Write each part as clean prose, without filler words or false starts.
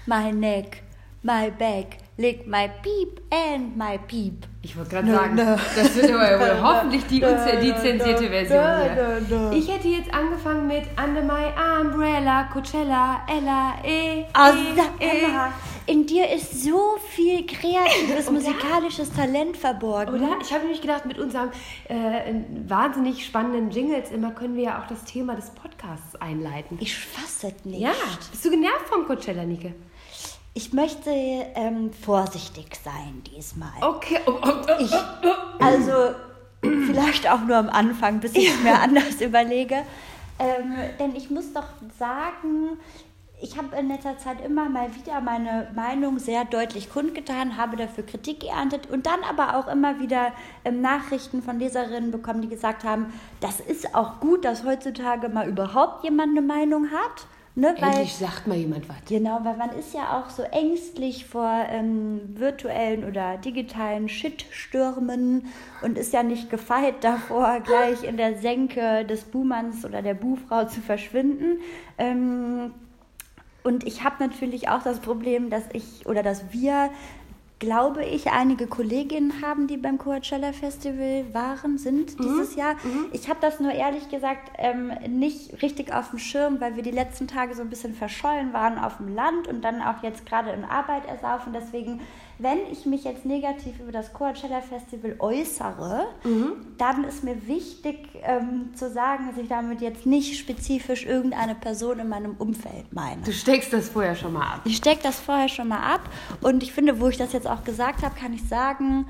my neck, my back, lick my peep and my peep. Ich wollte gerade sagen, das wird aber hoffentlich die zensierte Version hier. Ich hätte jetzt angefangen mit Under My Umbrella, Coachella, Ella, Emma, in dir ist so viel kreatives, musikalisches Talent verborgen. Oder? Ich habe nämlich gedacht, mit unserem wahnsinnig spannenden Jingles immer können wir ja auch das Thema des Podcasts einleiten. Ich fasse es nicht. Ja, bist du genervt vom Coachella, Nike? Ich möchte vorsichtig sein diesmal. Okay. Also vielleicht auch nur am Anfang, bis ich es mir anders überlege. Denn ich muss doch sagen, ich habe in letzter Zeit immer mal wieder meine Meinung sehr deutlich kundgetan, habe dafür Kritik geerntet und dann aber auch immer wieder Nachrichten von Leserinnen bekommen, die gesagt haben, das ist auch gut, dass heutzutage mal überhaupt jemand eine Meinung hat. Ne, Endlich sagt mal jemand was. Genau, weil man ist ja auch so ängstlich vor virtuellen oder digitalen Shitstürmen und ist ja nicht gefeit davor, gleich in der Senke des Buhmanns oder der Buhfrau zu verschwinden. Und ich habe natürlich auch das Problem, dass wir, glaube ich, einige Kolleginnen haben, die beim Coachella Festival sind dieses Jahr. Ich habe das nur ehrlich gesagt nicht richtig auf dem Schirm, weil wir die letzten Tage so ein bisschen verschollen waren auf dem Land und dann auch jetzt gerade in Arbeit ersaufen. Deswegen, wenn ich mich jetzt negativ über das Coachella Festival äußere, dann ist mir wichtig zu sagen, dass ich damit jetzt nicht spezifisch irgendeine Person in meinem Umfeld meine. Du steckst das vorher schon mal ab. Ich stecke das vorher schon mal ab und ich finde, wo ich das jetzt auch gesagt habe, kann ich sagen,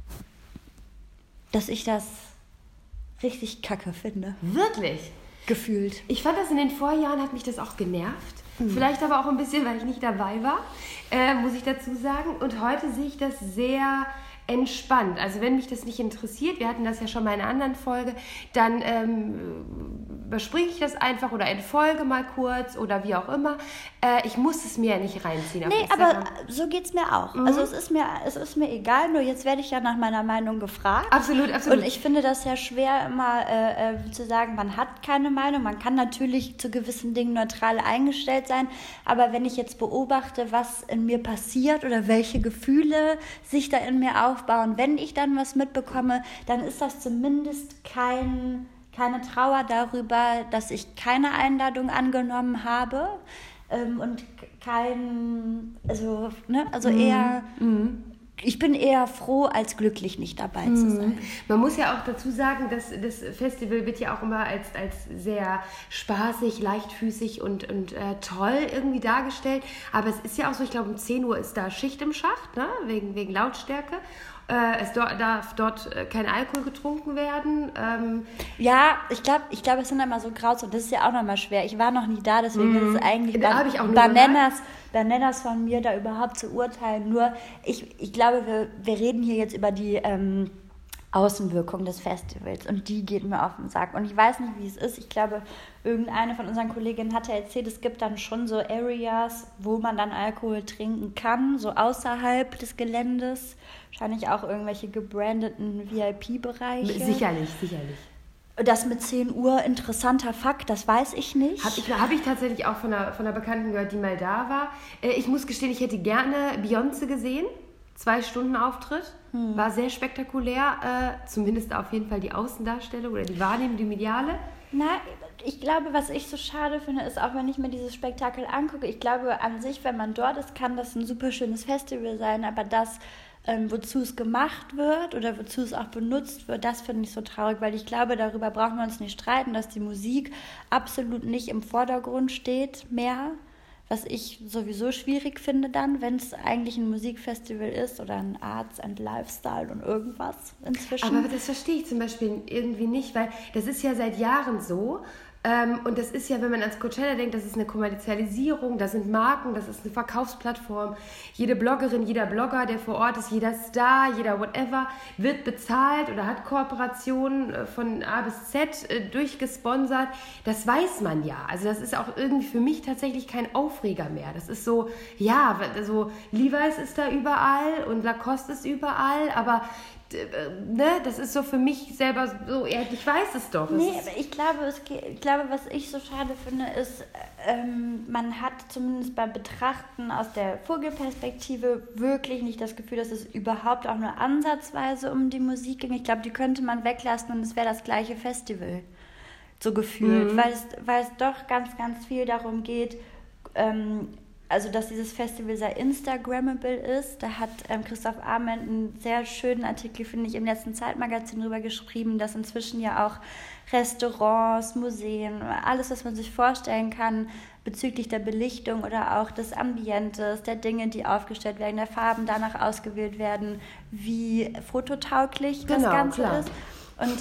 dass ich das richtig kacke finde. Wirklich? Gefühlt. Ich fand das in den Vorjahren, hat mich das auch genervt. Vielleicht aber auch ein bisschen, weil ich nicht dabei war, muss ich dazu sagen. Und heute sehe ich das sehr entspannt. Also wenn mich das nicht interessiert, wir hatten das ja schon mal in einer anderen Folge, dann überspringe ich das einfach oder entfolge mal kurz oder wie auch immer. Ich muss es mir ja nicht reinziehen. Nee, aber so geht es mir auch. Also es ist mir egal, nur jetzt werde ich ja nach meiner Meinung gefragt. Absolut. Und ich finde das ja schwer, immer zu sagen, man hat keine Meinung. Man kann natürlich zu gewissen Dingen neutral eingestellt sein, aber wenn ich jetzt beobachte, was in mir passiert oder welche Gefühle sich da in mir aufbauen, wenn ich dann was mitbekomme, dann ist das zumindest keine Trauer darüber, dass ich keine Einladung angenommen habe und eher, ich bin eher froh, als glücklich nicht dabei zu sein. Man muss ja auch dazu sagen, dass das Festival wird ja auch immer als sehr spaßig, leichtfüßig und toll irgendwie dargestellt, aber es ist ja auch so, ich glaube um 10 Uhr ist da Schicht im Schacht, ne? wegen Lautstärke. Es darf dort kein Alkohol getrunken werden. Ja, ich glaube, es sind immer so Grauzonen. Das ist ja auch nochmal schwer. Ich war noch nie da, deswegen ist es eigentlich Bananas von mir, da überhaupt zu urteilen. Nur, ich glaube, wir reden hier jetzt über die Außenwirkung des Festivals und die geht mir auf den Sack. Und ich weiß nicht, wie es ist. Ich glaube, irgendeine von unseren Kolleginnen hatte erzählt, es gibt dann schon so Areas, wo man dann Alkohol trinken kann, so außerhalb des Geländes. Wahrscheinlich auch irgendwelche gebrandeten VIP-Bereiche. Sicherlich. Das mit 10 Uhr, interessanter Fakt, das weiß ich nicht. Hab ich tatsächlich auch von einer Bekannten gehört, die mal da war. Ich muss gestehen, ich hätte gerne Beyoncé gesehen. 2 Stunden Auftritt. War sehr spektakulär. Zumindest auf jeden Fall die Außendarstellung oder die Wahrnehmung, die mediale. Na, ich glaube, was ich so schade finde, ist auch, wenn ich mir dieses Spektakel angucke, ich glaube an sich, wenn man dort ist, kann das ein super schönes Festival sein, aber das, wozu es gemacht wird oder wozu es auch benutzt wird, das finde ich so traurig, weil ich glaube, darüber brauchen wir uns nicht streiten, dass die Musik absolut nicht im Vordergrund steht mehr, was ich sowieso schwierig finde dann, wenn es eigentlich ein Musikfestival ist oder ein Arts and Lifestyle und irgendwas inzwischen. Aber das verstehe ich zum Beispiel irgendwie nicht, weil das ist ja seit Jahren so. Und das ist ja, wenn man ans Coachella denkt, das ist eine Kommerzialisierung, das sind Marken, das ist eine Verkaufsplattform. Jede Bloggerin, jeder Blogger, der vor Ort ist, jeder Star, jeder whatever, wird bezahlt oder hat Kooperationen von A bis Z durchgesponsert. Das weiß man ja. Also das ist auch irgendwie für mich tatsächlich kein Aufreger mehr. Das ist so, ja, also Levi's ist da überall und Lacoste ist überall, aber das ist so für mich selber so, ich weiß es doch. Nee, aber ich glaube, was ich so schade finde, ist, man hat zumindest beim Betrachten aus der Vogelperspektive wirklich nicht das Gefühl, dass es überhaupt auch nur ansatzweise um die Musik ging. Ich glaube, die könnte man weglassen und es wäre das gleiche Festival, so gefühlt, weil es doch ganz, ganz viel darum geht, also dass dieses Festival sehr Instagrammable ist. Da hat Christoph Arment einen sehr schönen Artikel, finde ich, im letzten Zeitmagazin drüber geschrieben, dass inzwischen ja auch Restaurants, Museen, alles, was man sich vorstellen kann bezüglich der Belichtung oder auch des Ambientes, der Dinge, die aufgestellt werden, der Farben danach ausgewählt werden, wie fototauglich das Ganze ist. Und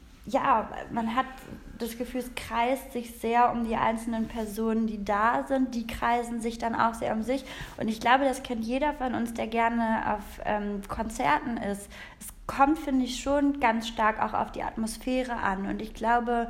ja, man hat das Gefühl, es kreist sich sehr um die einzelnen Personen, die da sind. Die kreisen sich dann auch sehr um sich. Und ich glaube, das kennt jeder von uns, der gerne auf Konzerten ist. Es kommt, finde ich, schon ganz stark auch auf die Atmosphäre an. Und ich glaube,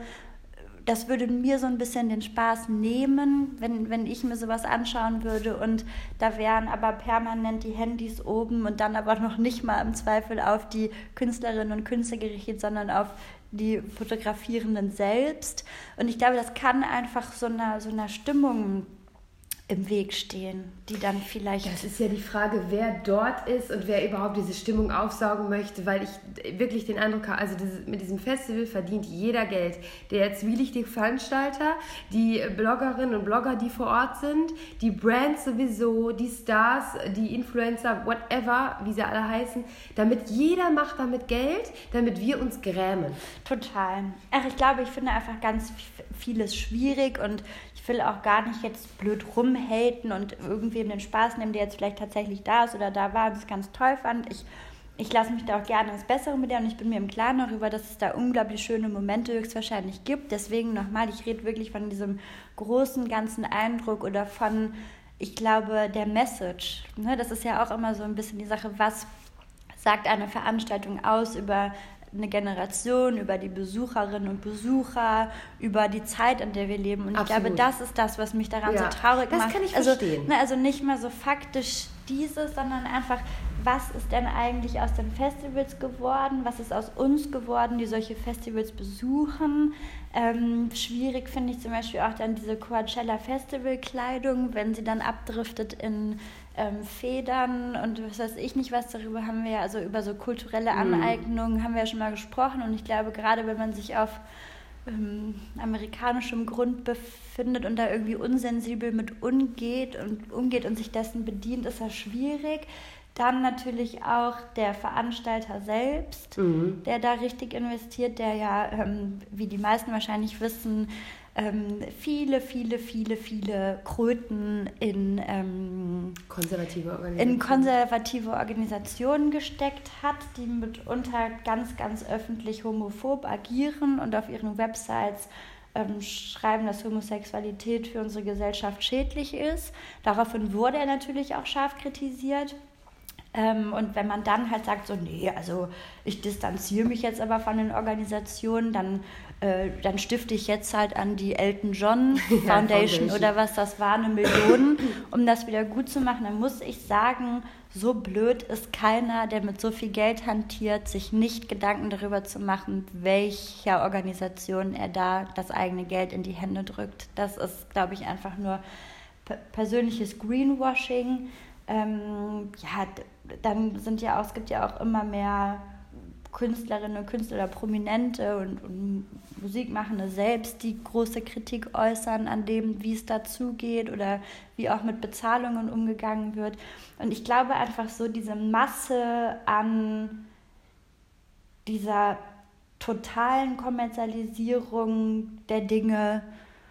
das würde mir so ein bisschen den Spaß nehmen, wenn ich mir sowas anschauen würde und da wären aber permanent die Handys oben und dann aber noch nicht mal im Zweifel auf die Künstlerinnen und Künstler gerichtet, sondern auf die Fotografierenden selbst. Und ich glaube, das kann einfach so einer Stimmung im Weg stehen, die dann vielleicht... Das ist ja die Frage, wer dort ist und wer überhaupt diese Stimmung aufsaugen möchte, weil ich wirklich den Eindruck habe, also mit diesem Festival verdient jeder Geld. Der zwielichtige Veranstalter, die Bloggerinnen und Blogger, die vor Ort sind, die Brands sowieso, die Stars, die Influencer, whatever, wie sie alle heißen, damit jeder macht damit Geld, damit wir uns grämen. Total. Ich glaube, ich finde einfach ganz vieles schwierig und ich will auch gar nicht jetzt blöd rumhaten und irgendwem den Spaß nehmen, der jetzt vielleicht tatsächlich da ist oder da war und es ganz toll fand. Ich lasse mich da auch gerne ins Bessere mit und ich bin mir im Klaren darüber, dass es da unglaublich schöne Momente höchstwahrscheinlich gibt. Deswegen nochmal, ich rede wirklich von diesem großen, ganzen Eindruck oder von, ich glaube, der Message. Das ist ja auch immer so ein bisschen die Sache, was sagt eine Veranstaltung aus über eine Generation, über die Besucherinnen und Besucher, über die Zeit, in der wir leben. Und Absolut. Ich glaube, das ist das, was mich daran so traurig macht. Das kann ich verstehen. Also nicht mal so faktisch dieses, sondern einfach, was ist denn eigentlich aus den Festivals geworden? Was ist aus uns geworden, die solche Festivals besuchen? Schwierig finde ich zum Beispiel auch dann diese Coachella-Festival-Kleidung, wenn sie dann abdriftet in Federn und was weiß ich nicht was, darüber haben wir ja, also über so kulturelle Aneignungen haben wir ja schon mal gesprochen und ich glaube, gerade wenn man sich auf amerikanischem Grund befindet und da irgendwie unsensibel mit umgeht und sich dessen bedient, ist das schwierig. Dann natürlich auch der Veranstalter selbst, der da richtig investiert, der ja, wie die meisten wahrscheinlich wissen, viele Kröten in konservative Organisationen gesteckt hat, die mitunter ganz, ganz öffentlich homophob agieren und auf ihren Websites schreiben, dass Homosexualität für unsere Gesellschaft schädlich ist. Daraufhin wurde er natürlich auch scharf kritisiert. Und wenn man dann halt sagt, so, nee, also ich distanziere mich jetzt aber von den Organisationen, dann stifte ich jetzt halt an die Elton John Foundation oder was das war, 1 Million, um das wieder gut zu machen, dann muss ich sagen, so blöd ist keiner, der mit so viel Geld hantiert, sich nicht Gedanken darüber zu machen, welcher Organisation er da das eigene Geld in die Hände drückt. Das ist, glaube ich, einfach nur persönliches Greenwashing. Dann es gibt ja auch immer mehr Künstlerinnen und Künstler oder Prominente und Musikmachende selbst, die große Kritik äußern an dem, wie es dazugeht oder wie auch mit Bezahlungen umgegangen wird. Und ich glaube einfach so diese Masse an dieser totalen Kommerzialisierung der Dinge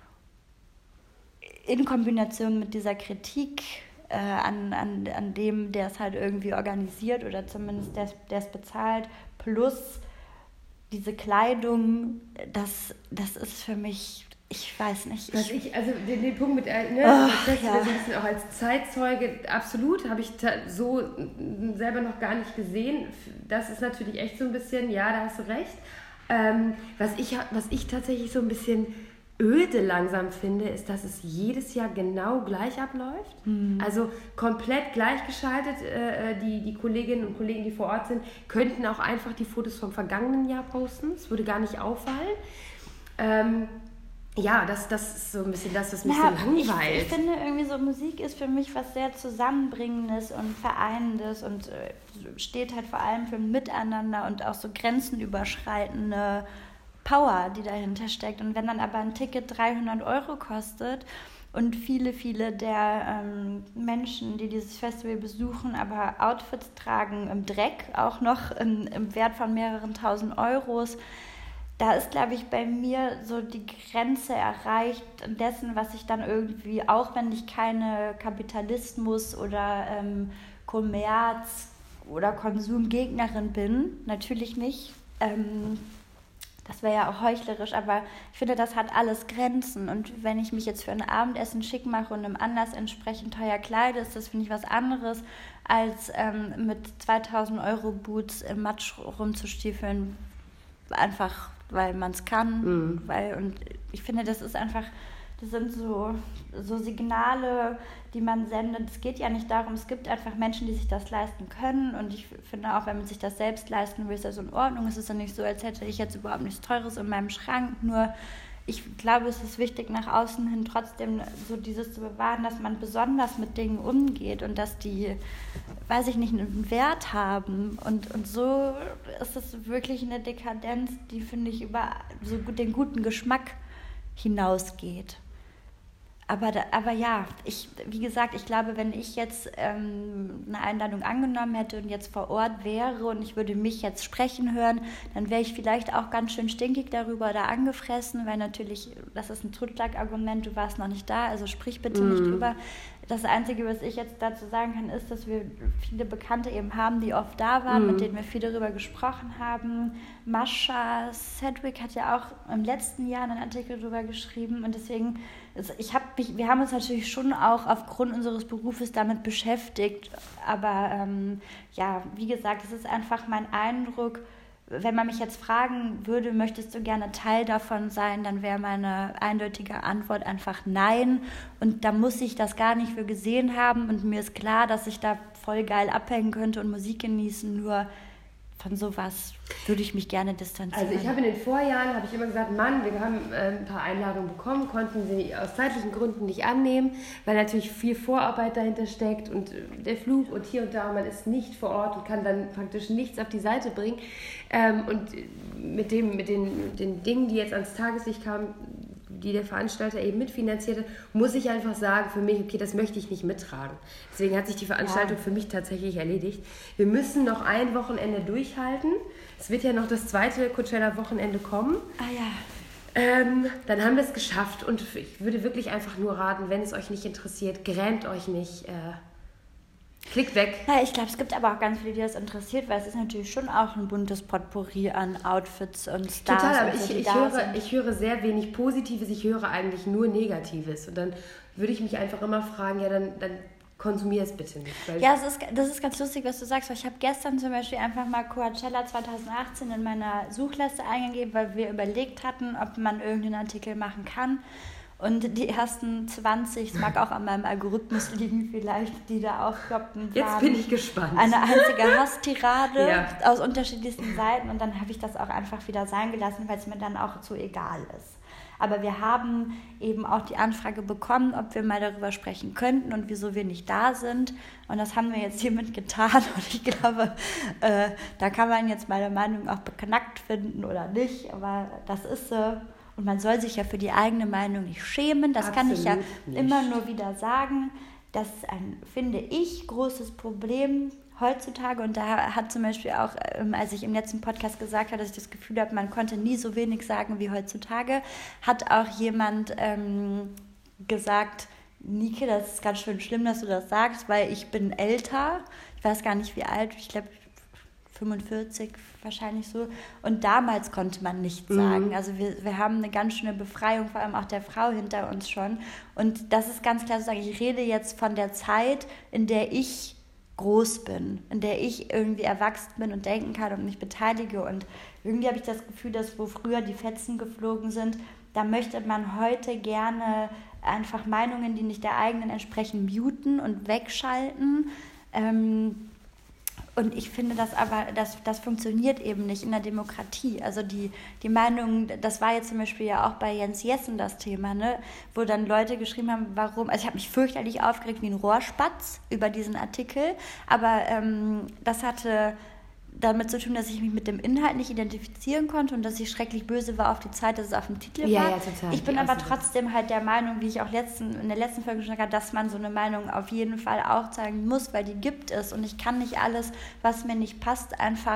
in Kombination mit dieser Kritik an dem, der es halt irgendwie organisiert oder zumindest der es bezahlt, plus diese Kleidung, das ist für mich, ich weiß nicht. Den Punkt mit, das so ein bisschen auch als Zeitzeuge, absolut, habe ich so selber noch gar nicht gesehen. Das ist natürlich echt so ein bisschen, ja, da hast du recht. Was ich tatsächlich so ein bisschen öde langsam finde, ist, dass es jedes Jahr genau gleich abläuft. Also komplett gleichgeschaltet. Die Kolleginnen und Kollegen, die vor Ort sind, könnten auch einfach die Fotos vom vergangenen Jahr posten. Es würde gar nicht auffallen. Das ist so ein bisschen das, was mich so langweilt. Ich finde irgendwie so, Musik ist für mich was sehr Zusammenbringendes und Vereinendes und steht halt vor allem für ein Miteinander und auch so grenzenüberschreitende Power, die dahinter steckt. Und wenn dann aber ein Ticket 300 € kostet und viele, viele der Menschen, die dieses Festival besuchen, aber Outfits tragen im Dreck, auch noch im Wert von mehreren tausend Euros, da ist, glaube ich, bei mir so die Grenze erreicht dessen, was ich dann irgendwie, auch wenn ich keine Kapitalismus oder Kommerz oder Konsumgegnerin bin, natürlich nicht, das wäre ja auch heuchlerisch, aber ich finde, das hat alles Grenzen. Und wenn ich mich jetzt für ein Abendessen schick mache und einem Anlass entsprechend teuer kleide, ist das, finde ich, was anderes, als mit 2.000 € Boots im Matsch rumzustiefeln, einfach weil man es kann. Und ich finde, das sind so Signale, die man sendet. Es geht ja nicht darum, es gibt einfach Menschen, die sich das leisten können. Und ich finde auch, wenn man sich das selbst leisten will, ist das in Ordnung. Es ist ja nicht so, als hätte ich jetzt überhaupt nichts Teures in meinem Schrank. Nur ich glaube, es ist wichtig, nach außen hin trotzdem so dieses zu bewahren, dass man besonders mit Dingen umgeht und dass die, weiß ich nicht, einen Wert haben. Und so ist es wirklich eine Dekadenz, die, finde ich, über so den guten Geschmack hinausgeht. Aber ja, wie gesagt, ich glaube, wenn ich jetzt eine Einladung angenommen hätte und jetzt vor Ort wäre und ich würde mich jetzt sprechen hören, dann wäre ich vielleicht auch ganz schön stinkig darüber oder angefressen, weil natürlich, das ist ein Totschlagargument, du warst noch nicht da, also sprich bitte nicht drüber. Das Einzige, was ich jetzt dazu sagen kann, ist, dass wir viele Bekannte eben haben, die oft da waren, mit denen wir viel darüber gesprochen haben. Mascha Sedgwick hat ja auch im letzten Jahr einen Artikel darüber geschrieben und deswegen, wir haben uns natürlich schon auch aufgrund unseres Berufes damit beschäftigt, aber wie gesagt, es ist einfach mein Eindruck, wenn man mich jetzt fragen würde, möchtest du gerne Teil davon sein, dann wäre meine eindeutige Antwort einfach nein. Und da muss ich das gar nicht für gesehen haben. Und mir ist klar, dass ich da voll geil abhängen könnte und Musik genießen. Nur von sowas würde ich mich gerne distanzieren. Also ich habe in den Vorjahren, immer gesagt, Mann, wir haben ein paar Einladungen bekommen, konnten sie aus zeitlichen Gründen nicht annehmen, weil natürlich viel Vorarbeit dahinter steckt und der Flug und hier und da, und man ist nicht vor Ort und kann dann praktisch nichts auf die Seite bringen. Und mit den Dingen, die jetzt ans Tageslicht kamen, die der Veranstalter eben mitfinanzierte, muss ich einfach sagen, für mich, okay, das möchte ich nicht mittragen. Deswegen hat sich die Veranstaltung für mich tatsächlich erledigt. Wir müssen noch ein Wochenende durchhalten. Es wird ja noch das zweite Coachella-Wochenende kommen. Dann haben wir es geschafft und ich würde wirklich einfach nur raten, wenn es euch nicht interessiert, grämt euch nicht, klickt weg. Ja, ich glaube, es gibt aber auch ganz viele, die das interessiert, weil es ist natürlich schon auch ein buntes Potpourri an Outfits und Stars. Total, aber ich höre sehr wenig Positives, ich höre eigentlich nur Negatives. Und dann würde ich mich einfach immer fragen, ja, dann konsumier es bitte nicht. Ja, das ist ganz lustig, was du sagst, weil ich habe gestern zum Beispiel einfach mal Coachella 2018 in meiner Suchliste eingegeben, weil wir überlegt hatten, ob man irgendeinen Artikel machen kann. Und die ersten 20, es mag auch an meinem Algorithmus liegen vielleicht, die da aufploppten, jetzt bin ich gespannt. Eine einzige Hasstirade aus unterschiedlichsten Seiten. Und dann habe ich das auch einfach wieder sein gelassen, weil es mir dann auch zu egal ist. Aber wir haben eben auch die Anfrage bekommen, ob wir mal darüber sprechen könnten und wieso wir nicht da sind. Und das haben wir jetzt hiermit getan. Und ich glaube, da kann man jetzt meine Meinung auch beknackt finden oder nicht. Aber das ist so. Und man soll sich ja für die eigene Meinung nicht schämen. Das Absolut kann ich ja nicht. Immer nur wieder sagen. Das ist ein, finde ich, großes Problem heutzutage. Und da hat zum Beispiel auch, als ich im letzten Podcast gesagt habe, dass ich das Gefühl habe, man konnte nie so wenig sagen wie heutzutage, hat auch jemand gesagt, Nike, das ist ganz schön schlimm, dass du das sagst, weil ich bin älter. Ich weiß gar nicht, wie alt, ich glaube 45 wahrscheinlich so. Und damals konnte man nichts sagen. Also wir haben eine ganz schöne Befreiung, vor allem auch der Frau hinter uns schon. Und das ist ganz klar zu sagen, ich rede jetzt von der Zeit, in der ich groß bin, in der ich irgendwie erwachsen bin und denken kann und mich beteilige. Und irgendwie habe ich das Gefühl, dass wo früher die Fetzen geflogen sind, da möchte man heute gerne einfach Meinungen, die nicht der eigenen entsprechen, muten und wegschalten. Und ich finde das aber, das funktioniert eben nicht in der Demokratie. Also die Meinung, das war jetzt zum Beispiel ja auch bei Jens Jessen das Thema, ne? Wo dann Leute geschrieben haben, warum, also ich habe mich fürchterlich aufgeregt wie ein Rohrspatz über diesen Artikel, aber das hatte damit zu tun, dass ich mich mit dem Inhalt nicht identifizieren konnte und dass ich schrecklich böse war auf die Zeit, dass es auf dem Titel war. Ja, total. Ich bin aber trotzdem halt der Meinung, wie ich auch in der letzten Folge schon gesagt habe, dass man so eine Meinung auf jeden Fall auch zeigen muss, weil die gibt es und ich kann nicht alles, was mir nicht passt, einfach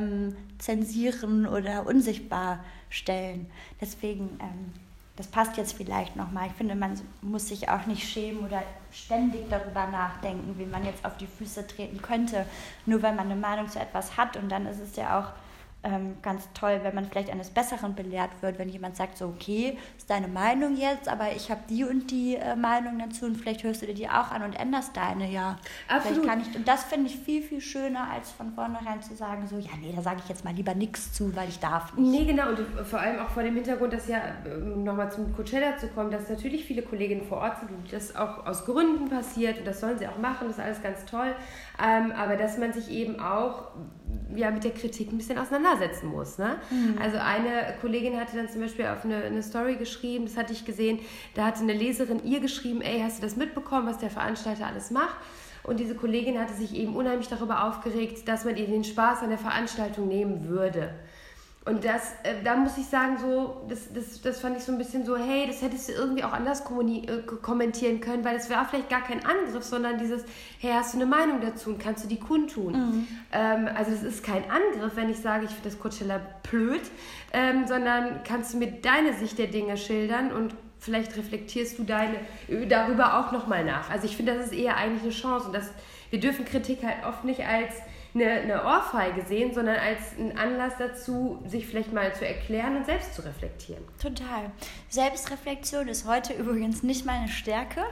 zensieren oder unsichtbar stellen. Deswegen, das passt jetzt vielleicht nochmal. Ich finde, man muss sich auch nicht schämen oder ständig darüber nachdenken, wie man jetzt auf die Füße treten könnte, nur weil man eine Meinung zu etwas hat. Und dann ist es ja auch ganz toll, wenn man vielleicht eines Besseren belehrt wird, wenn jemand sagt, so okay, ist deine Meinung jetzt, aber ich habe die und die Meinung dazu und vielleicht hörst du dir die auch an und änderst deine, ja. Absolut. Und das finde ich viel, viel schöner, als von vornherein zu sagen, so, ja, nee, da sage ich jetzt mal lieber nichts zu, weil ich darf nicht. Nee, genau, und vor allem auch vor dem Hintergrund, dass ja, nochmal zum Coachella zu kommen, dass natürlich viele Kolleginnen vor Ort sind und das auch aus Gründen passiert und das sollen sie auch machen, das ist alles ganz toll, aber dass man sich eben auch mit der Kritik ein bisschen auseinandersetzen muss. Ne? Mhm. Also eine Kollegin hatte dann zum Beispiel auf eine Story geschrieben, das hatte ich gesehen, da hatte eine Leserin ihr geschrieben, ey, hast du das mitbekommen, was der Veranstalter alles macht? Und diese Kollegin hatte sich eben unheimlich darüber aufgeregt, dass man ihr den Spaß an der Veranstaltung nehmen würde. Und da muss ich sagen, so, das fand ich so ein bisschen so, hey, das hättest du irgendwie auch anders kommentieren können, weil es war vielleicht gar kein Angriff, sondern dieses, hey, hast du eine Meinung dazu und kannst du die kundtun? Mhm. Also es ist kein Angriff, wenn ich sage, ich finde das Coachella blöd, sondern kannst du mir deine Sicht der Dinge schildern und vielleicht reflektierst du darüber auch nochmal nach. Also ich finde, das ist eher eigentlich eine Chance und wir dürfen Kritik halt oft nicht als eine Ohrfeige sehen, sondern als einen Anlass dazu, sich vielleicht mal zu erklären und selbst zu reflektieren. Total. Selbstreflexion ist heute übrigens nicht meine Stärke.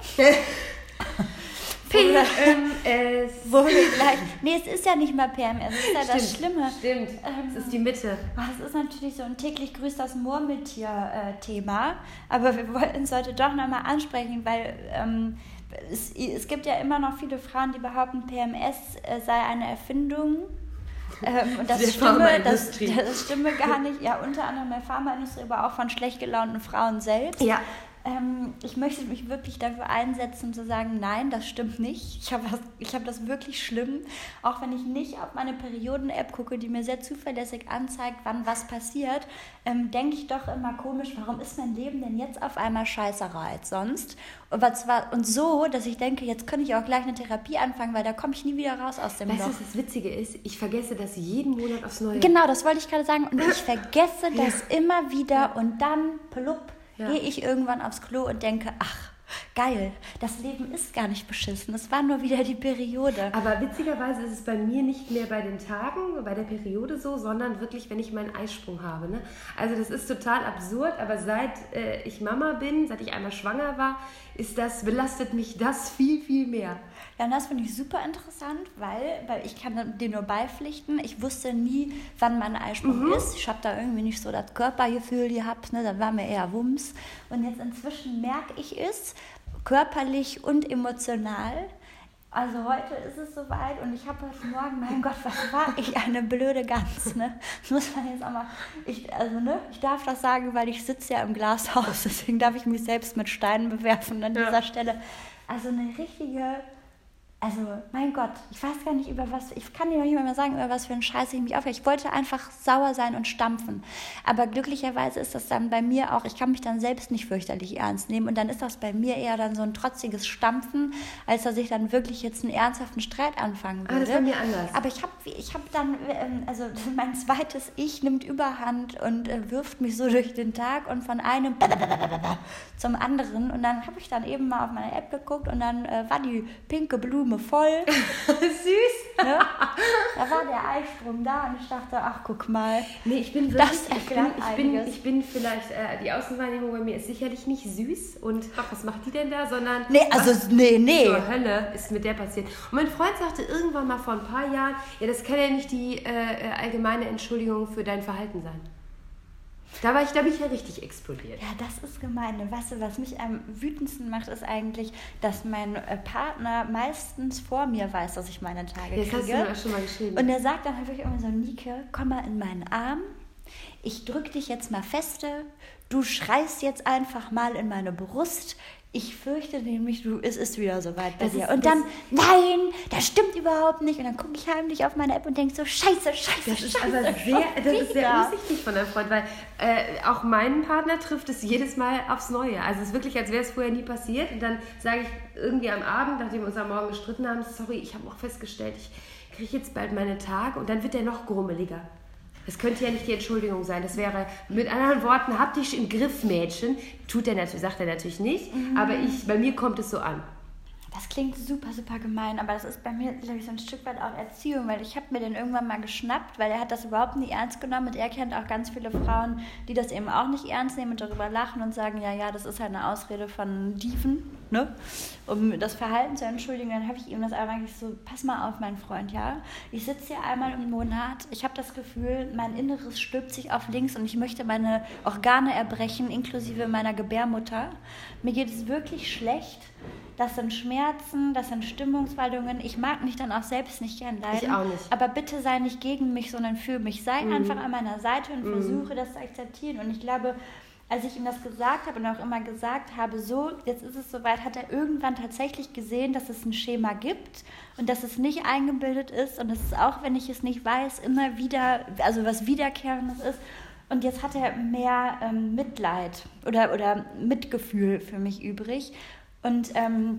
PMS. Nee, es ist ja nicht mal PMS, es ist ja das Schlimme. Stimmt, es ist die Mitte. Es ist natürlich so ein täglich grüßt das Murmeltier-Thema, aber wir wollten es heute doch nochmal ansprechen, weil es gibt ja immer noch viele Frauen, die behaupten, PMS sei eine Erfindung. Und das stimme gar nicht. Ja, unter anderem der Pharmaindustrie, aber auch von schlecht gelaunten Frauen selbst. Ja. Ich möchte mich wirklich dafür einsetzen, zu sagen, nein, das stimmt nicht. Ich hab das wirklich schlimm. Auch wenn ich nicht auf meine Perioden-App gucke, die mir sehr zuverlässig anzeigt, wann was passiert, denke ich doch immer komisch, warum ist mein Leben denn jetzt auf einmal scheißerer als sonst? Und so, dass ich denke, jetzt könnte ich auch gleich eine Therapie anfangen, weil da komme ich nie wieder raus aus dem Loch. Weißt du, was das Witzige ist? Ich vergesse das jeden Monat aufs Neue. Genau, das wollte ich gerade sagen. Und ich vergesse das immer wieder und dann, plupp, gehe ich irgendwann aufs Klo und denke, ach, geil, das Leben ist gar nicht beschissen, es war nur wieder die Periode. Aber witzigerweise ist es bei mir nicht mehr bei den Tagen, bei der Periode so, sondern wirklich, wenn ich meinen Eisprung habe. Ne? Also das ist total absurd, aber seit ich Mama bin, seit ich einmal schwanger war, belastet mich das viel, viel mehr. Ja, und das finde ich super interessant, weil ich kann dir nur beipflichten, ich wusste nie, wann mein Eisprung ist. Ich habe da irgendwie nicht so das Körpergefühl gehabt, ne? Da war mir eher Wumms. Und jetzt inzwischen merke ich es, körperlich und emotional. Also heute ist es soweit und ich habe heute Morgen, mein Gott, was war ich, eine blöde Gans, ne? Das muss man jetzt auch mal, ich darf das sagen, weil ich sitze ja im Glashaus, deswegen darf ich mich selbst mit Steinen bewerfen an dieser Stelle. Also eine richtige... Also, mein Gott, ich weiß gar nicht, ich kann dir noch nicht mal sagen, über was für einen Scheiß ich mich aufrege. Ich wollte einfach sauer sein und stampfen. Aber glücklicherweise ist das dann bei mir auch, ich kann mich dann selbst nicht fürchterlich ernst nehmen und dann ist das bei mir eher dann so ein trotziges Stampfen, als dass ich dann wirklich jetzt einen ernsthaften Streit anfangen würde. Das ist bei mir anders. Aber ich hab dann, also mein zweites Ich nimmt Überhand und wirft mich so durch den Tag und von einem zum anderen und dann habe ich dann eben mal auf meine App geguckt und dann war die pinke Blume voll. Süß. Ne? Da war der Eisprung da und ich dachte, ach, guck mal. Nee, ich bin wirklich, ich bin vielleicht, die Außenwahrnehmung bei mir ist sicherlich nicht süß und ach, was macht die denn da, sondern nee. Zur Hölle ist mit der passiert. Und mein Freund sagte irgendwann mal vor ein paar Jahren, ja, das kann ja nicht die allgemeine Entschuldigung für dein Verhalten sein. Da bin ich ja richtig explodiert. Ja, das ist gemein. Und weißt du, was mich am wütendsten macht, ist eigentlich, dass mein Partner meistens vor mir weiß, dass ich meine Tage kriege. Das hast du mir auch schon mal geschrieben. Und er sagt dann halt wirklich immer so, Nike, komm mal in meinen Arm. Ich drück dich jetzt mal feste. Du schreist jetzt einfach mal in meine Brust. Ich fürchte nämlich, es ist wieder soweit bei dir. Und dann, nein, das stimmt überhaupt nicht. Und dann gucke ich heimlich auf meine App und denke so, scheiße. Das ist sehr unsichtig von deinem Freund, weil auch meinen Partner trifft es jedes Mal aufs Neue. Also es ist wirklich, als wäre es vorher nie passiert. Und dann sage ich irgendwie am Abend, nachdem wir uns am Morgen gestritten haben, sorry, ich habe auch festgestellt, ich kriege jetzt bald meine Tage. Und dann wird er noch grummeliger. Das könnte ja nicht die Entschuldigung sein. Das wäre, mit anderen Worten, hab dich im Griff, Mädchen. Sagt er natürlich nicht, aber bei mir kommt es so an. Das klingt super, super gemein, aber das ist bei mir, glaube ich, so ein Stück weit auch Erziehung, weil ich habe mir den irgendwann mal geschnappt, weil er hat das überhaupt nie ernst genommen und er kennt auch ganz viele Frauen, die das eben auch nicht ernst nehmen und darüber lachen und sagen, ja, das ist halt eine Ausrede von Dieven, ne, um das Verhalten zu entschuldigen. Dann habe ich ihm das aber eigentlich so, pass mal auf, mein Freund, ja, ich sitze hier einmal im Monat, ich habe das Gefühl, mein Inneres stülpt sich auf links und ich möchte meine Organe erbrechen, inklusive meiner Gebärmutter. Mir geht es wirklich schlecht. Das sind Schmerzen, das sind Stimmungswandlungen. Ich mag mich dann auch selbst nicht gern leiden. Ich auch nicht. Aber bitte sei nicht gegen mich, sondern für mich. Sei einfach an meiner Seite und versuche das zu akzeptieren. Und ich glaube, als ich ihm das gesagt habe und auch immer gesagt habe, so, jetzt ist es soweit, hat er irgendwann tatsächlich gesehen, dass es ein Schema gibt und dass es nicht eingebildet ist und dass es auch, wenn ich es nicht weiß, immer wieder, also was Wiederkehrendes ist. Und jetzt hat er mehr Mitleid oder Mitgefühl für mich übrig. Und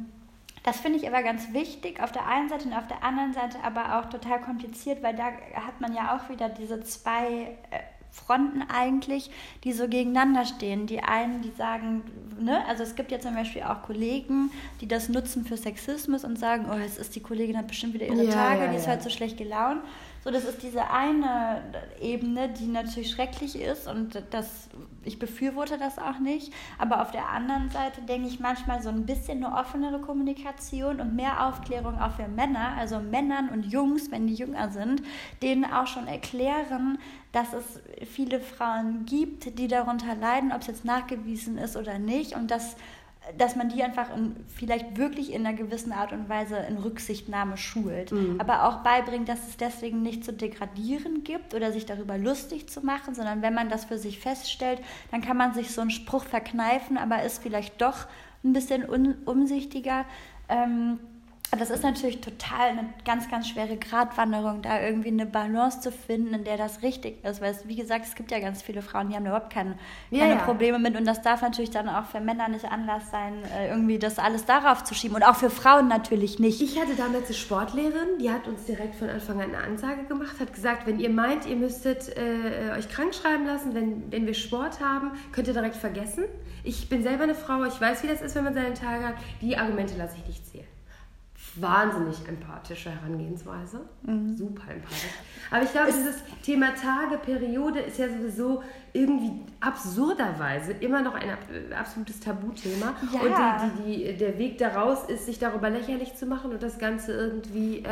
das finde ich aber ganz wichtig auf der einen Seite und auf der anderen Seite aber auch total kompliziert, weil da hat man ja auch wieder diese zwei Fronten eigentlich, die so gegeneinander stehen. Die einen, die sagen, ne, also es gibt ja zum Beispiel auch Kollegen, die das nutzen für Sexismus und sagen, oh, jetzt ist die Kollegin, hat bestimmt wieder ihre Tage, die ist heute so schlecht gelaunt. So, das ist diese eine Ebene, die natürlich schrecklich ist und ich befürworte das auch nicht. Aber auf der anderen Seite denke ich manchmal so ein bisschen eine offenere Kommunikation und mehr Aufklärung auch für Männer, also Männern und Jungs, wenn die jünger sind, denen auch schon erklären, dass es viele Frauen gibt, die darunter leiden, ob es jetzt nachgewiesen ist oder nicht und dass man die einfach vielleicht wirklich in einer gewissen Art und Weise in Rücksichtnahme schult. Aber auch beibringt, dass es deswegen nicht zu degradieren gibt oder sich darüber lustig zu machen, sondern wenn man das für sich feststellt, dann kann man sich so einen Spruch verkneifen, aber ist vielleicht doch ein bisschen umsichtiger. Das ist natürlich total eine ganz, ganz schwere Gratwanderung, da irgendwie eine Balance zu finden, in der das richtig ist. Weil, wie gesagt, es gibt ja ganz viele Frauen, die haben überhaupt keine Probleme mit. Und das darf natürlich dann auch für Männer nicht Anlass sein, irgendwie das alles darauf zu schieben. Und auch für Frauen natürlich nicht. Ich hatte damals eine Sportlehrerin, die hat uns direkt von Anfang an eine Ansage gemacht, hat gesagt, wenn ihr meint, ihr müsstet euch krank schreiben lassen, wenn wir Sport haben, könnt ihr direkt vergessen. Ich bin selber eine Frau, ich weiß, wie das ist, wenn man seine Tage hat. Die Argumente lasse ich nicht zählen. Wahnsinnig empathische Herangehensweise. Super empathisch. Aber ich glaube, dieses Thema Tage, Periode ist ja sowieso irgendwie absurderweise immer noch ein absolutes Tabuthema. Ja. Und der Weg daraus ist, sich darüber lächerlich zu machen und das Ganze irgendwie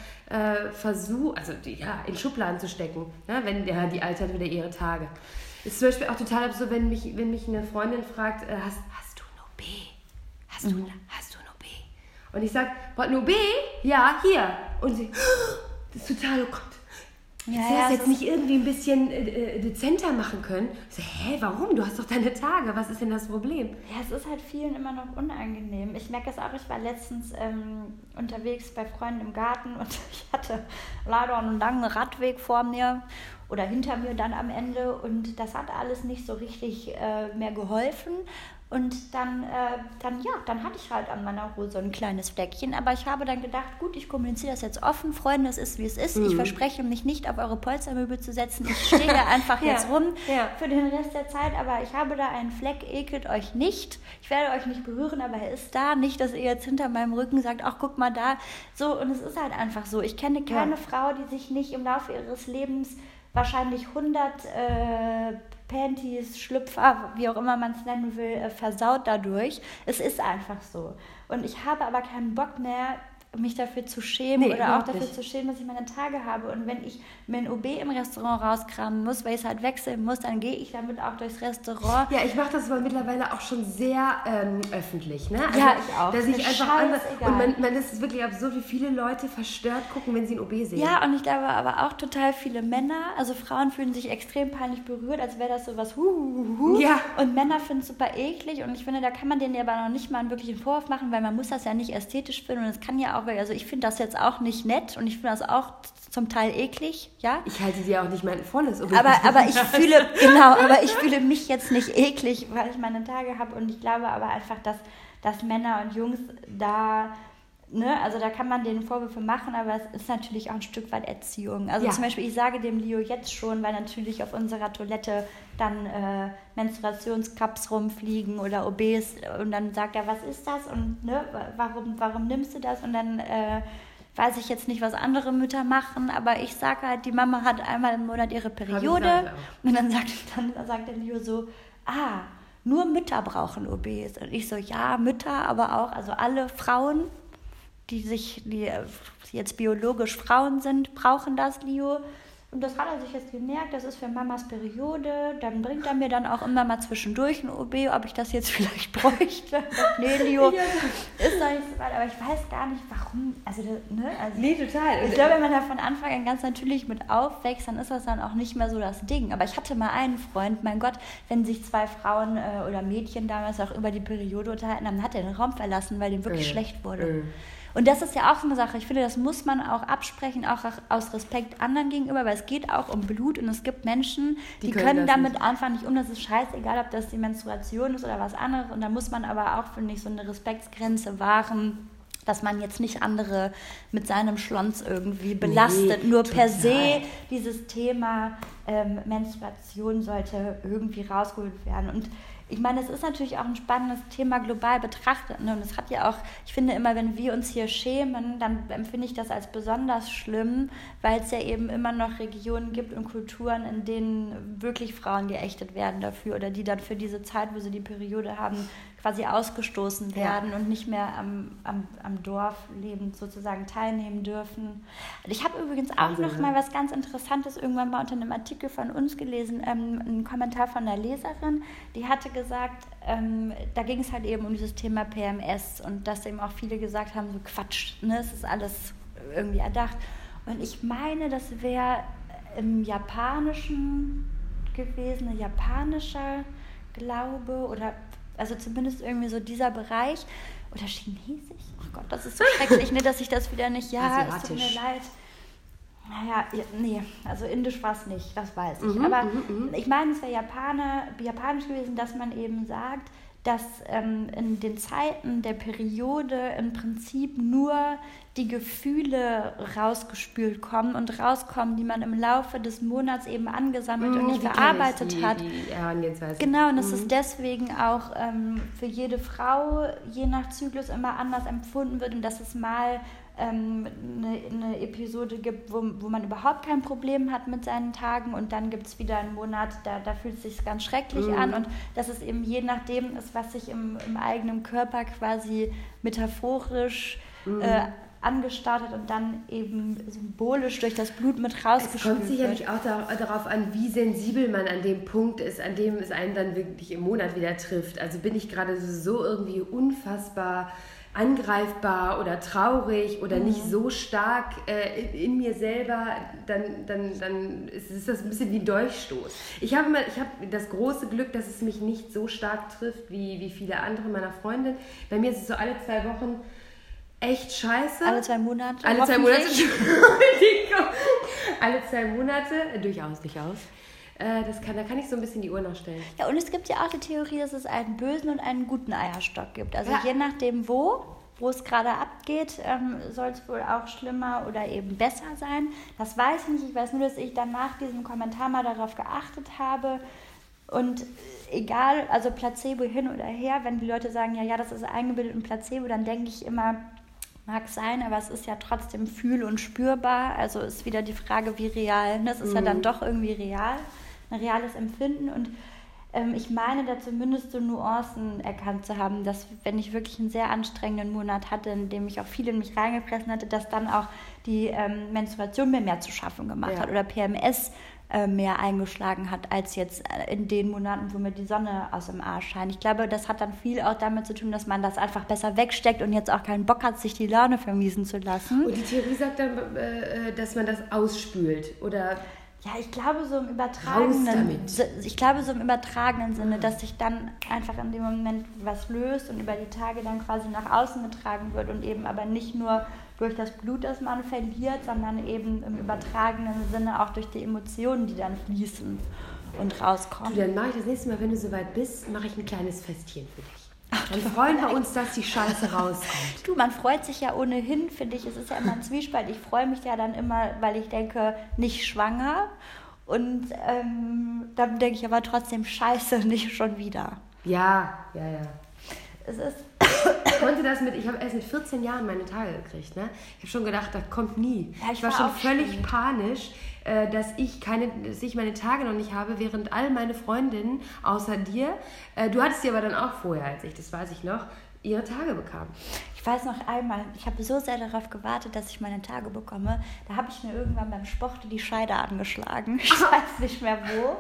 in Schubladen zu stecken. Ja, wenn die altert wieder ihre Tage. Ist zum Beispiel auch total absurd, wenn mich eine Freundin fragt, hast du nur B? Hast du nur B? Und ich sage, nur B? Ja, hier. Und sie, das ist total, oh Gott. Jetzt nicht irgendwie ein bisschen dezenter machen können. Ich sage, warum? Du hast doch deine Tage. Was ist denn das Problem? Ja, es ist halt vielen immer noch unangenehm. Ich merke es auch, ich war letztens unterwegs bei Freunden im Garten und ich hatte leider einen langen Radweg vor mir oder hinter mir dann am Ende und das hat alles nicht so richtig mehr geholfen. Und dann hatte ich halt an meiner Hose ein kleines Fleckchen. Aber ich habe dann gedacht, gut, ich kommuniziere das jetzt offen. Freunde, es ist, wie es ist. Ich verspreche mich nicht, auf eure Polstermöbel zu setzen. Ich stehe da einfach jetzt rum für den Rest der Zeit. Aber ich habe da einen Fleck, ekelt euch nicht. Ich werde euch nicht berühren, aber er ist da. Nicht, dass ihr jetzt hinter meinem Rücken sagt, ach, guck mal da. So, und es ist halt einfach so. Ich kenne keine Frau, die sich nicht im Laufe ihres Lebens wahrscheinlich 100 Panties, Schlüpfer, wie auch immer man es nennen will, versaut dadurch. Es ist einfach so. Und ich habe aber keinen Bock mehr, mich dafür zu schämen oder auch dafür nicht. zu schämen, dass ich meine Tage habe. Und wenn ich mir ein OB im Restaurant rauskramen muss, weil ich es halt wechseln muss, dann gehe ich damit auch durchs Restaurant. Ja, ich mache das aber mittlerweile auch schon sehr öffentlich. Ne? Also, ja, ich auch. Dass ich einfach und man ist wirklich absurd, wie viele Leute verstört gucken, wenn sie ein OB sehen. Ja, und ich glaube aber auch total viele Männer, also Frauen fühlen sich extrem peinlich berührt, als wäre das so was Ja. Und Männer finden es super eklig und ich finde, da kann man denen ja aber noch nicht mal einen wirklichen Vorwurf machen, weil man muss das ja nicht ästhetisch finden und es kann ja auch, also ich finde das jetzt auch nicht nett und ich finde das auch zum Teil eklig, ja. Ich halte dir auch nicht mein volles OB. Aber ich fühle mich jetzt nicht eklig, weil ich meine Tage habe und ich glaube aber einfach, dass Männer und Jungs da, ne, also da kann man denen Vorwürfe machen, aber es ist natürlich auch ein Stück weit Erziehung. Also zum Beispiel, ich sage dem Leo jetzt schon, weil natürlich auf unserer Toilette dann Menstruationscups rumfliegen oder OBs und dann sagt er, was ist das und ne, warum nimmst du das und dann weiß ich jetzt nicht, was andere Mütter machen, aber ich sage halt, die Mama hat einmal im Monat ihre Periode und dann sagt der Leo so, nur Mütter brauchen OBs und ich so, ja, Mütter, aber auch, also alle Frauen, die jetzt biologisch Frauen sind, brauchen das, Leo. Und das hat er sich jetzt gemerkt, das ist für Mamas Periode. Dann bringt er mir dann auch immer mal zwischendurch ein OB, ob ich das jetzt vielleicht bräuchte. Nee, Leo, ist doch nicht so weit. Aber ich weiß gar nicht, warum. Nee, total. Ich glaube, wenn man da von Anfang an ganz natürlich mit aufwächst, dann ist das dann auch nicht mehr so das Ding. Aber ich hatte mal einen Freund, mein Gott, wenn sich zwei Frauen oder Mädchen damals auch über die Periode unterhalten haben, hat er den Raum verlassen, weil dem wirklich schlecht wurde. Und das ist ja auch so eine Sache, ich finde, das muss man auch absprechen, auch aus Respekt anderen gegenüber, weil es geht auch um Blut und es gibt Menschen, die können damit nicht. Einfach nicht um, das ist scheißegal, ob das die Menstruation ist oder was anderes und da muss man aber auch, finde ich, so eine Respektsgrenze wahren, dass man jetzt nicht andere mit seinem Schlons irgendwie belastet. Nur total. Per se dieses Thema Menstruation sollte irgendwie rausgeholt werden und ich meine, es ist natürlich auch ein spannendes Thema global betrachtet. Ne? Und es hat ja auch, ich finde immer, wenn wir uns hier schämen, dann empfinde ich das als besonders schlimm, weil es ja eben immer noch Regionen gibt und Kulturen, in denen wirklich Frauen geächtet werden dafür oder die dann für diese Zeit, wo sie die Periode haben, quasi ausgestoßen werden und nicht mehr am Dorfleben sozusagen teilnehmen dürfen. Ich habe übrigens auch noch mal was ganz Interessantes irgendwann mal unter einem Artikel von uns gelesen, einen Kommentar von einer Leserin, die hatte gesagt, da ging es halt eben um dieses Thema PMS und dass eben auch viele gesagt haben, so Quatsch, ne, es ist alles irgendwie erdacht. Und ich meine, das wäre im Japanischen gewesen, ein japanischer Glaube oder also zumindest irgendwie so dieser Bereich. Oder Chinesisch? Oh Gott, das ist so schrecklich, ne, dass ich das wieder nicht... Ja, es tut mir leid. Naja, nee, also Indisch war es nicht, das weiß ich. Aber ich meine, es wäre japanisch gewesen, dass man eben sagt, dass in den Zeiten der Periode im Prinzip nur die Gefühle rausgespült kommen und rauskommen, die man im Laufe des Monats eben angesammelt und nicht verarbeitet hat. Genau, und es ist deswegen auch für jede Frau je nach Zyklus immer anders empfunden wird und dass es mal eine Episode gibt, wo man überhaupt kein Problem hat mit seinen Tagen und dann gibt es wieder einen Monat, da fühlt es sich ganz schrecklich an und dass es eben je nachdem ist, was sich im eigenen Körper quasi metaphorisch angestaut hat und dann eben symbolisch durch das Blut mit rausgespült wird. Es kommt sicherlich auch darauf an, wie sensibel man an dem Punkt ist, an dem es einen dann wirklich im Monat wieder trifft. Also bin ich gerade so irgendwie unfassbar angreifbar oder traurig oder nicht so stark in mir selber, dann ist das ein bisschen wie ein Durchstoß. Ich habe das große Glück, dass es mich nicht so stark trifft wie viele andere meiner Freundinnen. Bei mir ist es so alle 2 Wochen echt scheiße. Alle 2 Monate? Alle 2 Monate. Alle 2 Monate, durchaus. Da kann ich so ein bisschen die Uhr nachstellen. Ja, und es gibt ja auch die Theorie, dass es einen bösen und einen guten Eierstock gibt. Also je nachdem wo es gerade abgeht, soll es wohl auch schlimmer oder eben besser sein. Das weiß ich nicht. Ich weiß nur, dass ich dann nach diesem Kommentar mal darauf geachtet habe. Und egal, also Placebo hin oder her, wenn die Leute sagen, ja, das ist eingebildet und Placebo, dann denke ich immer, mag sein, aber es ist ja trotzdem fühl- und spürbar. Also ist wieder die Frage, wie real. Das ist ja dann doch irgendwie real, ein reales Empfinden. Und ich meine, da zumindest so Nuancen erkannt zu haben, dass wenn ich wirklich einen sehr anstrengenden Monat hatte, in dem ich auch viel in mich reingepressen hatte, dass dann auch die Menstruation mir mehr zu schaffen gemacht hat oder PMS mehr eingeschlagen hat, als jetzt in den Monaten, wo mir die Sonne aus dem Arsch scheint. Ich glaube, das hat dann viel auch damit zu tun, dass man das einfach besser wegsteckt und jetzt auch keinen Bock hat, sich die Laune vermiesen zu lassen. Und die Theorie sagt dann, dass man das ausspült, oder... Ja, ich glaube so im übertragenen Sinne, dass sich dann einfach in dem Moment was löst und über die Tage dann quasi nach außen getragen wird und eben aber nicht nur durch das Blut, das man verliert, sondern eben im übertragenen Sinne auch durch die Emotionen, die dann fließen und rauskommen. Du, dann mache ich das nächste Mal, wenn du soweit bist, mache ich ein kleines Festchen für dich. Dann freuen wir uns, dass die Scheiße rauskommt. Du, man freut sich ja ohnehin, finde ich. Es ist ja immer ein Zwiespalt. Ich freue mich ja dann immer, weil ich denke, nicht schwanger. Und dann denke ich aber trotzdem, scheiße, nicht schon wieder. Ja. Es ist... Ich habe erst mit 14 Jahren meine Tage gekriegt, ne? Ich habe schon gedacht, das kommt nie. Ja, ich war schon völlig panisch, dass ich meine Tage noch nicht habe, während all meine Freundinnen, außer dir, du hattest sie aber dann auch vorher als ich, das weiß ich noch, ihre Tage bekamen. Ich weiß noch einmal, ich habe so sehr darauf gewartet, dass ich meine Tage bekomme. Da habe ich mir irgendwann beim Sport die Scheide angeschlagen. Ich weiß nicht mehr wo.